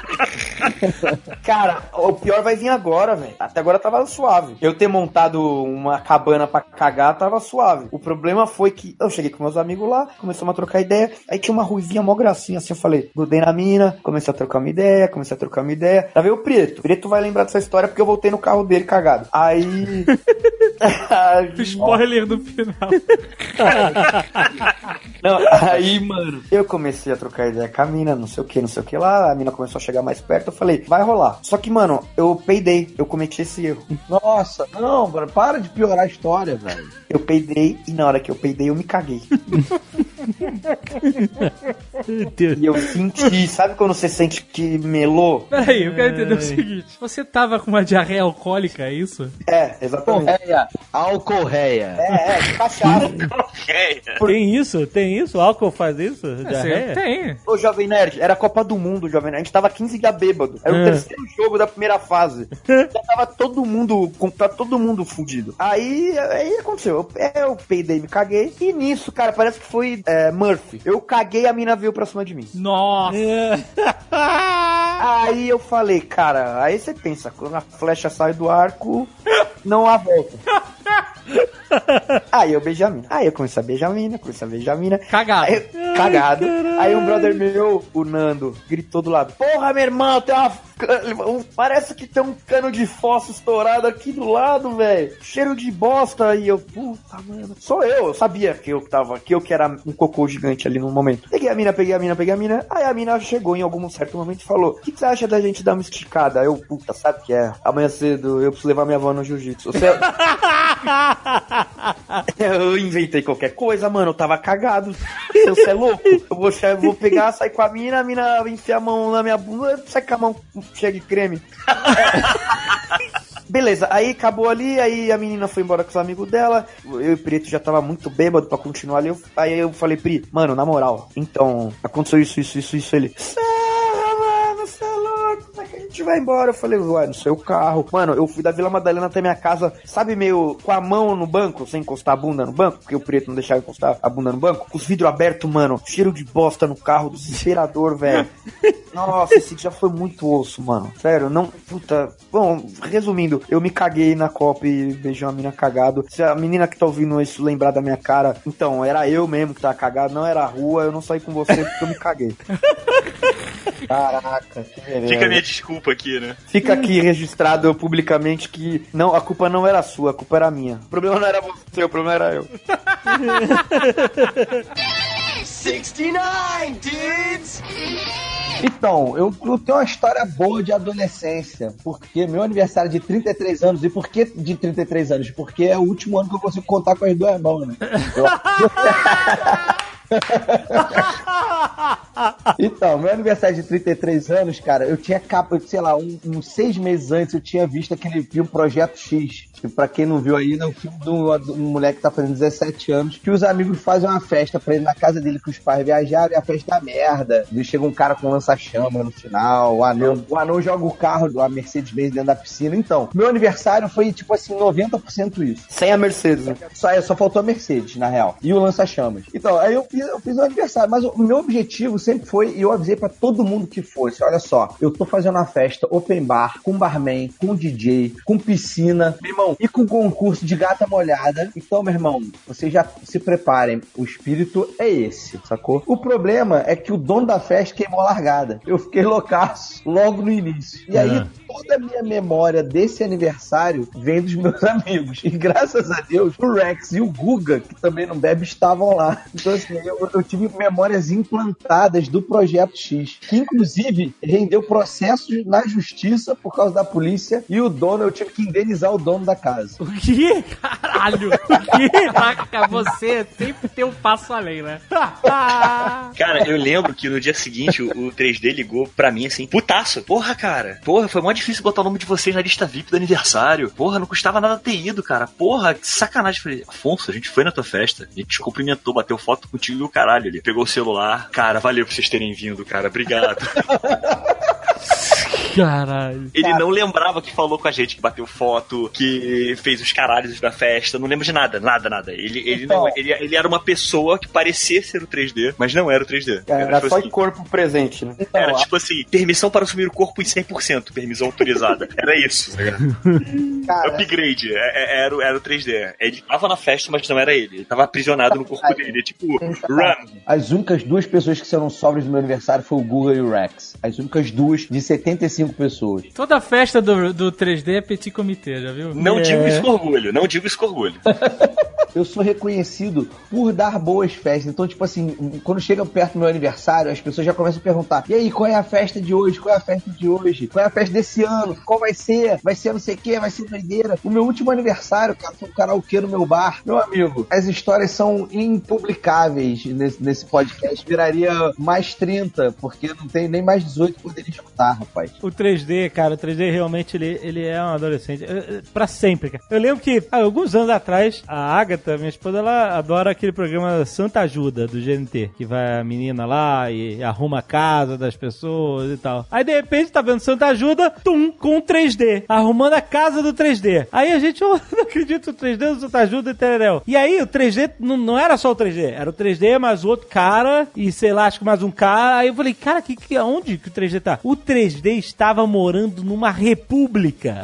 Cara, o pior vai vir agora, velho. Até agora tava suave. Eu ter montado uma cabana pra cagar tava suave. O problema foi que eu cheguei com meus amigos lá, começamos a trocar ideia. Aí tinha uma ruivinha mó gracinha assim. Eu falei, grudei na mina, comecei a trocar uma ideia. Tá vendo o Preto? O Preto vai lembrar dessa história porque eu voltei no carro dele cagado. Aí. Spoiler do final. Não, aí, mano, eu comecei a trocar ideia com a mina, não sei o que lá. A mina começou a chegar mais perto. Eu falei, vai rolar. Só que, mano, eu peidei. Eu cometi esse erro. Nossa, não, mano, para de piorar a história, velho. Eu peidei e na hora que eu peidei, eu me caguei. E eu senti, sabe quando você sente que melou? Peraí, eu quero entender o seguinte. Você tava com uma diarreia alcoólica, é isso? É, exatamente. Alcorreia. De cachaça. Tem isso? O álcool faz isso? Diarreia? Tem. Ô, Jovem Nerd, era a Copa do Mundo, Jovem Nerd. A gente tava 15 dias bêbado. Era o terceiro jogo da primeira fase. Já tava todo mundo fudido. Aí aconteceu. Eu peidei, me caguei. E nisso, cara, parece que foi Murphy. Eu caguei e a mina veio pra cima de mim. Nossa! Aí eu falei, cara, aí você pensa, quando a flecha sai do arco, não há volta. Aí eu beijei a mina. Aí eu comecei a beijar a mina. Cagado. Cagado. Aí um brother meu, o Nando, gritou do lado: porra, meu irmão, tem parece que tem um cano de fósforo estourado aqui do lado, velho. Cheiro de bosta. E eu, puta, mano. Sou eu sabia que eu era um cocô gigante ali no momento. Peguei a mina. Aí a mina chegou em algum certo momento e falou: o que você acha da gente dar uma esticada? Eu, puta, sabe o que é? Amanhã cedo eu preciso levar minha avó no jiu-jitsu. Eu inventei qualquer coisa, mano. Eu tava cagado. Você é louco? Eu vou pegar, sair com a mina enfia a mão na minha bunda, sai com a mão cheia de creme. Beleza, aí acabou ali, aí a menina foi embora com os amigos dela, eu e o Preto já tava muito bêbado pra continuar ali, aí eu falei, Pri, mano, na moral, então, aconteceu isso, ele... Você é louco, como é que a gente vai embora? Eu falei, uai, no seu carro. Mano, eu fui da Vila Madalena até minha casa, sabe, meio com a mão no banco, sem encostar a bunda no banco, porque o Preto não deixava encostar a bunda no banco, com os vidros abertos, mano, cheiro de bosta no carro, desesperador, velho. Nossa, esse dia foi muito osso, mano. Sério, não, puta. Bom, resumindo, eu me caguei na Copa e beijei uma mina cagado. Se a menina que tá ouvindo isso lembrar da minha cara, então, era eu mesmo que tava cagado, não era a rua, eu não saí com você porque eu me caguei. Caraca, que beleza. Fica a minha desculpa aqui, né? Fica aqui registrado publicamente que não, a culpa não era sua, a culpa era minha. O problema não era você, o problema era eu. 69, dudes! Então, eu tenho uma história boa de adolescência, porque meu aniversário é de 33 anos, e por que de 33 anos? Porque é o último ano que eu consigo contar com as duas mãos, né? Então, meu aniversário de 33 anos, cara, eu tinha sei lá, uns 6 meses antes eu tinha visto aquele filme Projeto X, que pra quem não viu aí, é um filme do moleque que tá fazendo 17 anos, que os amigos fazem uma festa pra ele na casa dele, que os pais viajaram, e a festa é merda. E chega um cara com lança-chama no final, o anão joga o carro da Mercedes-Benz dentro da piscina. Então, meu aniversário foi, tipo assim, 90% isso. Sem a Mercedes, né? Só faltou a Mercedes, na real. E o lança-chamas. Então, aí eu fiz um aniversário, mas o meu objetivo sempre foi, e eu avisei pra todo mundo que fosse, olha só, eu tô fazendo uma festa open bar, com barman, com DJ, com piscina, meu irmão, e com concurso de gata molhada. Então, meu irmão, vocês já se preparem, o espírito é esse, sacou? O problema é que o dono da festa queimou a largada. Eu fiquei loucaço logo no início. E aí, toda a minha memória desse aniversário vem dos meus amigos. E graças a Deus, o Rex e o Guga, que também não bebe, estavam lá. Então, assim, eu tive memórias implantadas do Projeto X, que inclusive rendeu processos na justiça por causa da polícia, e o dono, eu tive que indenizar o dono da casa. O quê? Caralho! O quê? Caraca, você sempre tem um passo além, né? Cara, eu lembro que no dia seguinte o 3D ligou pra mim assim, putaço. Porra, cara. Porra, foi mó difícil botar o nome de vocês na lista VIP do aniversário. Porra, não custava nada ter ido, cara. Porra, que sacanagem. Falei, Afonso, a gente foi na tua festa. A gente te cumprimentou, bateu foto contigo e o caralho. Ele pegou o celular. Cara, valeu por vocês terem vindo, cara. Obrigado. Caralho. Ele não lembrava que falou com a gente, que bateu foto, que fez os caralhos da festa. Não lembro de nada. Ele era uma pessoa que parecia ser o 3D, mas não era o 3D. Era só de corpo presente, né? Era tipo assim, permissão para assumir o corpo em 100%, permissão autorizada. Era isso. Cara, upgrade. Era o 3D. Ele tava na festa, mas não era ele. Ele tava aprisionado no corpo dele. Tipo, run. As únicas duas pessoas que serão sobres no meu aniversário foi o Guga e o Rex. As únicas duas de 75 pessoas. Toda festa do 3D é petit comité, já viu? Não digo isso com orgulho, não digo isso com orgulho. Eu sou reconhecido por dar boas festas. Então, tipo assim, quando chega perto do meu aniversário, as pessoas já começam a perguntar: e aí, qual é a festa de hoje? Qual é a festa de hoje? Qual é a festa desse ano? Qual vai ser? Vai ser não sei o que? Vai ser doideira? O meu último aniversário, cara, foi um karaokê no meu bar. Meu amigo, as histórias são impublicáveis nesse podcast. Viraria mais 30, porque não tem nem mais 18 que poderia escutar, rapaz. O 3D, cara, o 3D realmente ele é um adolescente. Pra sempre, cara. Eu lembro que, alguns anos atrás, a Agatha, minha esposa, ela adora aquele programa Santa Ajuda, do GNT, que vai a menina lá e arruma a casa das pessoas e tal. Aí, de repente, tá vendo Santa Ajuda, com um 3D, arrumando a casa do 3D. Aí a gente, não acredito, o 3D do Santa Ajuda e tereréu. E aí, o 3D não era só o 3D, era o 3D mais outro cara e, sei lá, acho que mais um cara. Aí eu falei, cara, onde que o 3D tá? O 3D estava morando numa república.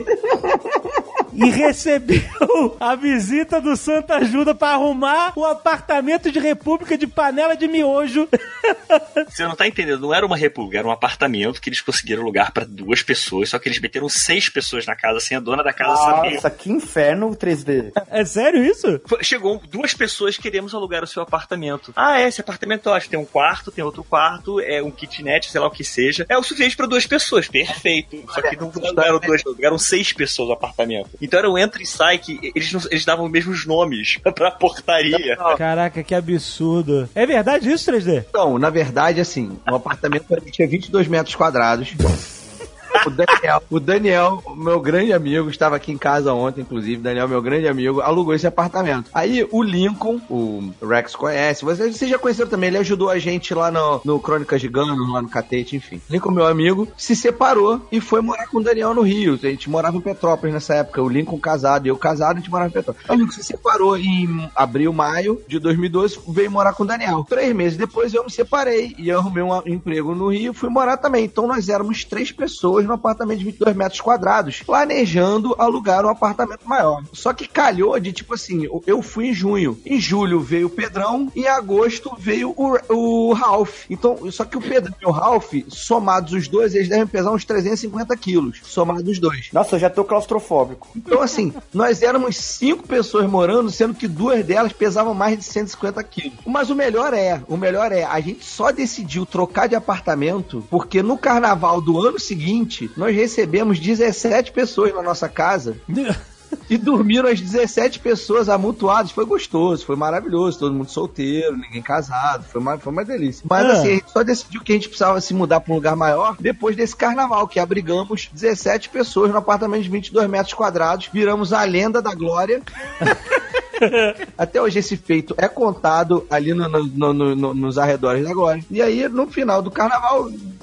E recebeu a visita do Santa Ajuda pra arrumar o apartamento de república de panela de miojo. Você não tá entendendo, não era uma república, era um apartamento que eles conseguiram lugar pra 2 pessoas, só que eles meteram 6 pessoas na casa sem a dona da casa saber. Nossa, que inferno o 3D. É sério isso? Chegou 2 pessoas, queremos alugar o seu apartamento. Esse apartamento, eu acho que tem um quarto, tem outro quarto, é um kitnet, sei lá o que seja. É o suficiente pra 2 pessoas, perfeito. Só que não eram 2, eram 6 pessoas no apartamento. Então era um entra e sai que eles davam os mesmos nomes pra portaria. Caraca, que absurdo. É verdade isso, 3D? Não, na verdade, assim, o apartamento tinha 22 metros quadrados. O Daniel, meu grande amigo, estava aqui em casa ontem, inclusive. Daniel, meu grande amigo, alugou esse apartamento. Aí o Lincoln, o Rex conhece, vocês já conheceram também, ele ajudou a gente lá no Crônicas de Gano, lá no Catete, enfim. Lincoln, meu amigo, se separou e foi morar com o Daniel no Rio. A gente morava em Petrópolis nessa época, o Lincoln casado e eu casado, a gente morava em Petrópolis. O amigo se separou em abril, maio de 2012, veio morar com o Daniel. 3 meses depois eu me separei e eu arrumei um emprego no Rio, fui morar também. Então nós éramos 3 pessoas no apartamento de 22 metros quadrados, planejando alugar um apartamento maior. Só que calhou de, tipo assim, eu fui em junho, em julho veio o Pedrão, em agosto veio o Ralph. Então, só que o Pedrão e o Ralph, somados os dois, eles devem pesar uns 350 quilos, somados os dois. Nossa, eu já tô claustrofóbico. Então, assim, nós éramos 5 pessoas morando, sendo que 2 delas pesavam mais de 150 quilos. Mas o melhor é, a gente só decidiu trocar de apartamento porque no carnaval do ano seguinte, nós recebemos 17 pessoas na nossa casa e dormiram as 17 pessoas amontoadas. Foi gostoso, foi maravilhoso, todo mundo solteiro, ninguém casado, foi uma delícia. Mas assim, a gente só decidiu que a gente precisava se mudar para um lugar maior depois desse carnaval, que abrigamos 17 pessoas no apartamento de 22 metros quadrados, viramos a lenda da glória. Até hoje esse feito é contado ali nos arredores da glória. E aí, no final do carnaval,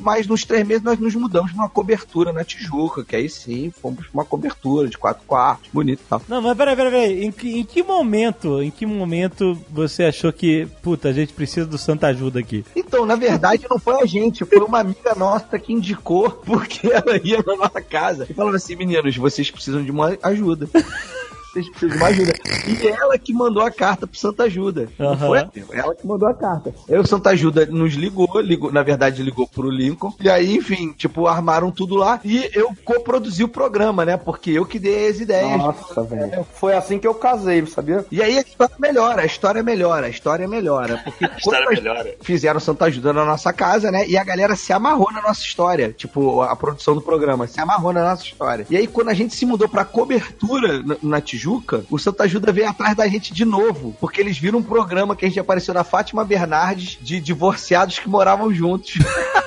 mas nos 3 meses nós nos mudamos pra uma cobertura na Tijuca, que aí sim, fomos pra uma cobertura de 4 quartos, bonito e tal. Não, mas peraí. Em que momento você achou que, puta, a gente precisa do Santa Ajuda aqui? Então, na verdade, não foi a gente, foi uma amiga nossa que indicou, porque ela ia na nossa casa e falava assim, meninos, vocês precisam de uma ajuda. Vocês precisam de uma ajuda. E ela que mandou a carta pro Santa Ajuda. Não foi? Ela que mandou a carta. Aí o Santa Ajuda nos ligou, na verdade ligou pro Lincoln. E aí, enfim, tipo, armaram tudo lá. E eu coproduzi o programa, né? Porque eu que dei as ideias. Nossa, velho. Foi assim que eu casei, sabia? E aí a história melhora. Porque fizeram Santa Ajuda na nossa casa, né? E a galera se amarrou na nossa história. Tipo, a produção do programa se amarrou na nossa história. E aí, quando a gente se mudou pra cobertura na Tijuca, o Santa Ajuda veio atrás da gente de novo, porque eles viram um programa que a gente apareceu na Fátima Bernardes de divorciados que moravam juntos.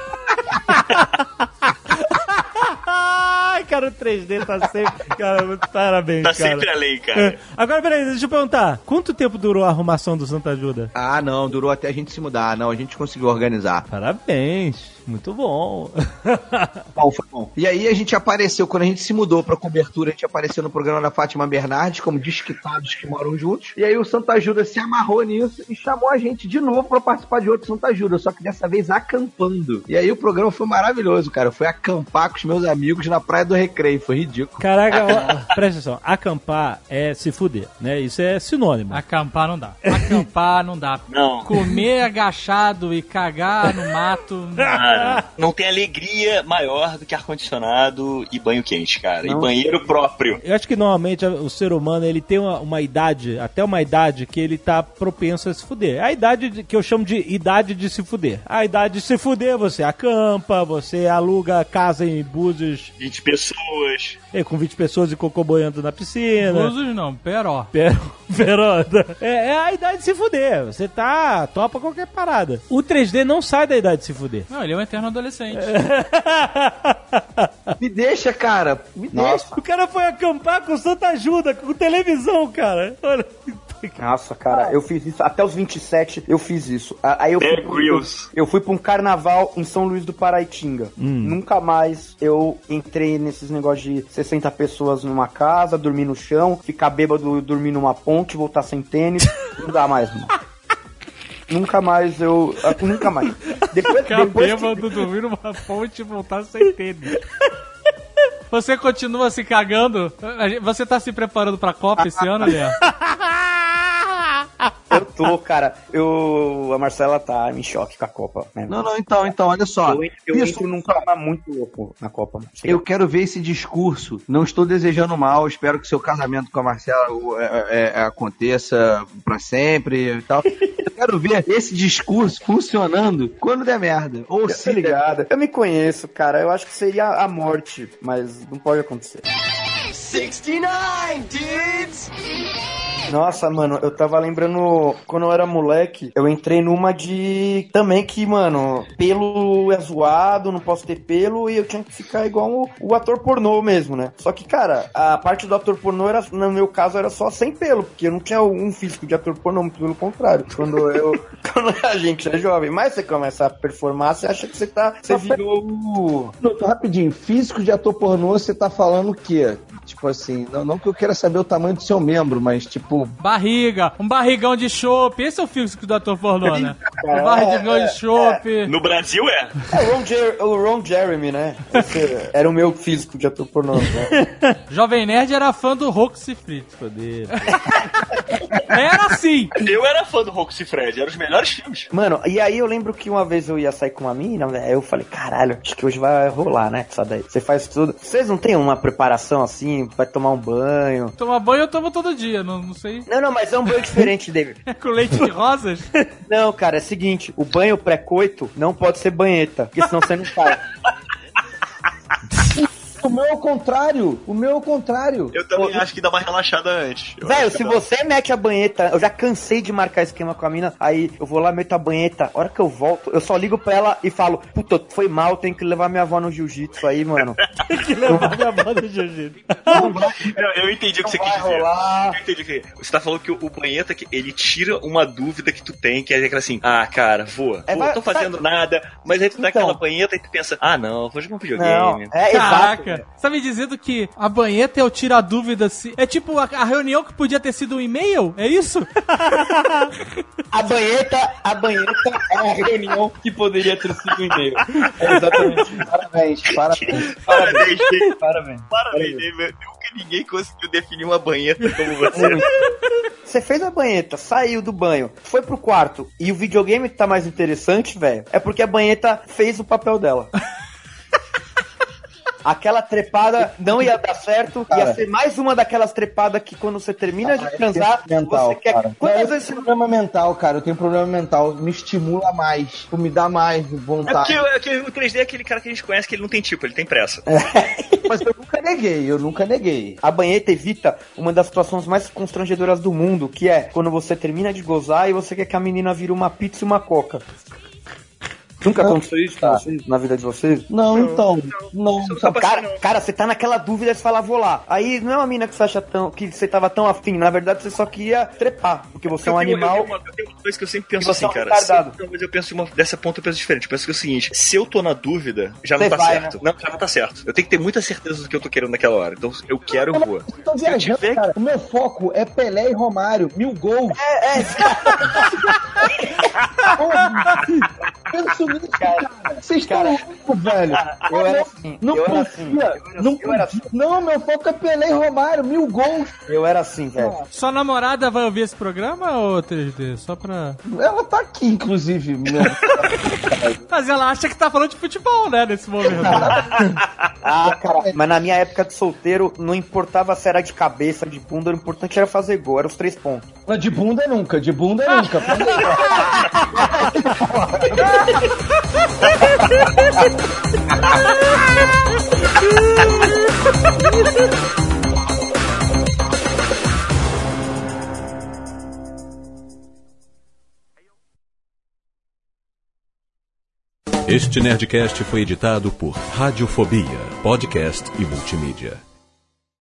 Ai, cara, o 3D tá sempre... Cara, parabéns, tá cara. Sempre além, cara. Agora, peraí, deixa eu perguntar. Quanto tempo durou a arrumação do Santa Ajuda? Ah, não, durou até a gente se mudar. Não, a gente conseguiu organizar. Parabéns. Muito bom. Foi bom. E aí a gente apareceu, quando a gente se mudou pra cobertura, a gente apareceu no programa da Fátima Bernardes, como desquitados que moram juntos. E aí o Santa Ajuda se amarrou nisso e chamou a gente de novo pra participar de outro Santa Ajuda, só que dessa vez acampando. E aí o programa foi maravilhoso, cara. Foi acampar com os meus amigos na Praia do Recreio. Foi ridículo. Caraca, presta atenção. Acampar é se fuder, né? Isso é sinônimo. Acampar não dá. Acampar não dá. Não. Comer agachado e cagar no mato... Não tem alegria maior do que ar-condicionado e banho quente, cara. Não. E banheiro próprio. Eu acho que normalmente o ser humano, ele tem uma idade, até uma idade que ele tá propenso a se fuder. A idade que eu chamo de idade de se fuder. A idade de se fuder, você acampa, você aluga casa em Búzios. 20 pessoas. Com 20 pessoas e cocô boiando na piscina. Búzios não, Peró. Peró. É a idade de se fuder. Você topa qualquer parada. O 3D não sai da idade de se fuder. Não, ele é um eterno adolescente. Me deixa, cara. Deixa. O cara foi acampar com Santa Ajuda, com televisão, cara. Olha. Nossa, cara, eu fiz isso. Até os 27 eu fiz isso. Aí eu fui pra um carnaval em São Luís do Paraitinga. Nunca mais eu entrei nesses negócios de 60 pessoas numa casa, dormir no chão, ficar bêbado, dormir numa ponte, voltar sem tênis. Não dá mais, mano. Nunca mais. Depois bêbado, dormir numa ponte e voltar sem tênis. Você continua se cagando? Você tá se preparando pra Copa esse ano, Léo? Eu tô, cara. A Marcela tá em choque com a Copa. Né? Não, então, olha só. Eu entro num clima muito louco na Copa. Eu quero ver esse discurso. Não estou desejando mal. Espero que seu casamento com a Marcela aconteça pra sempre e tal. Eu quero ver esse discurso funcionando quando der merda. Ou se ligado. Eu me conheço, cara. Eu acho que seria a morte, mas não pode acontecer. 69, dudes! Nossa, mano, eu tava lembrando, quando eu era moleque, eu entrei numa de também que, mano, pelo é zoado, não posso ter pelo, e eu tinha que ficar igual o ator pornô mesmo, né? Só que, cara, a parte do ator pornô era, no meu caso, era só sem pelo, porque eu não tinha um físico de ator pornô, muito pelo contrário. Quando a gente é jovem, mas você começa a performar, você acha que você virou... Rapidinho, físico de ator pornô, você tá falando o quê? Tipo assim, não que eu queira saber o tamanho do seu membro, mas tipo... Barriga, um barrigão de chope. Esse é o físico do ator pornô, né? Um barrigão de chope. No Brasil é? O Ron Jeremy, né? Esse era o meu físico de ator pornô. Né? Jovem Nerd era fã do Roxy Fritz. Era assim. Eu era fã do Roxy Fred, eram os melhores filmes. Mano, e aí eu lembro que uma vez eu ia sair com uma mina, eu falei, caralho, acho que hoje vai rolar, né? Isso daí. Você faz tudo. Vocês não têm uma preparação assim? Vai tomar um banho? Tomar banho eu tomo todo dia, não sei. Não, mas é um banho diferente, David. Com leite de rosas? Não, cara, é o seguinte, o banho pré-coito não pode ser banheta, porque senão você não faz. O meu é o contrário. Eu também acho que dá uma relaxada antes. Velho, se você mete a banheta, eu já cansei de marcar esquema com a mina, aí eu vou lá, meto a banheta, a hora que eu volto, eu só ligo pra ela e falo, puta, foi mal, tenho que levar minha avó no jiu-jitsu aí, mano. Tem que levar minha avó no jiu-jitsu. Eu entendi o que você quis dizer. Eu entendi que você tá falando que o banheta, ele tira uma dúvida que tu tem, que é aquela assim, cara, vou, tô fazendo nada, mas aí tu dá aquela banheta e tu pensa, não, vou jogar um videogame. Caraca, você tá me dizendo que a banheta é o tira-dúvida, é tipo a reunião que podia ter sido um e-mail? É isso? A banheta é a reunião que poderia ter sido um e-mail. Exatamente. Parabéns, nunca ninguém conseguiu definir uma banheta como você. Você fez a banheta, saiu do banho, foi pro quarto e o videogame tá mais interessante, velho, é porque a banheta fez o papel dela. Aquela trepada não ia dar certo, ia ser mais uma daquelas trepadas que quando você termina de transar, mental, você quer... Cara. Quantas vezes... problema mental, cara, eu tenho problema mental, me estimula mais, me dá mais vontade. É porque o 3D é aquele cara que a gente conhece que ele não tem tipo, ele tem pressa. Mas eu nunca neguei. A banheta evita uma das situações mais constrangedoras do mundo, que é quando você termina de gozar e você quer que a menina vire uma pizza e uma coca. Nunca aconteceu isso com vocês, na vida de vocês? Não. Cara, você tá naquela dúvida de falar, vou lá. Aí não é uma mina que você acha que você tava tão afim. Na verdade, você só queria trepar, porque você é um animal. Eu tenho uma coisa que eu sempre penso assim, cara. Mas eu penso dessa ponta, eu penso diferente. Eu penso que é o seguinte: se eu tô na dúvida, já não tá certo. Né? Não, já não tá certo. Eu tenho que ter muita certeza do que eu tô querendo naquela hora. Então, eu quero, eu vou. Eu tô viajando, cara. O meu foco é Pelé e Romário. 1000 gols. Penso nisso, cara. Vocês estão loucos, velho. Eu era assim. Não, meu foco é Pelé e Romário. 1000 gols. Eu era assim, velho. Sua namorada vai ouvir esse programa, ou 3D? Só pra... Ela tá aqui, inclusive. Mas ela acha que tá falando de futebol, né, nesse momento. Cara, mas na minha época de solteiro, não importava se era de cabeça, de bunda, o importante era fazer gol, era os 3 pontos. De bunda nunca. Este Nerdcast foi editado por Radiofobia, podcast e multimídia.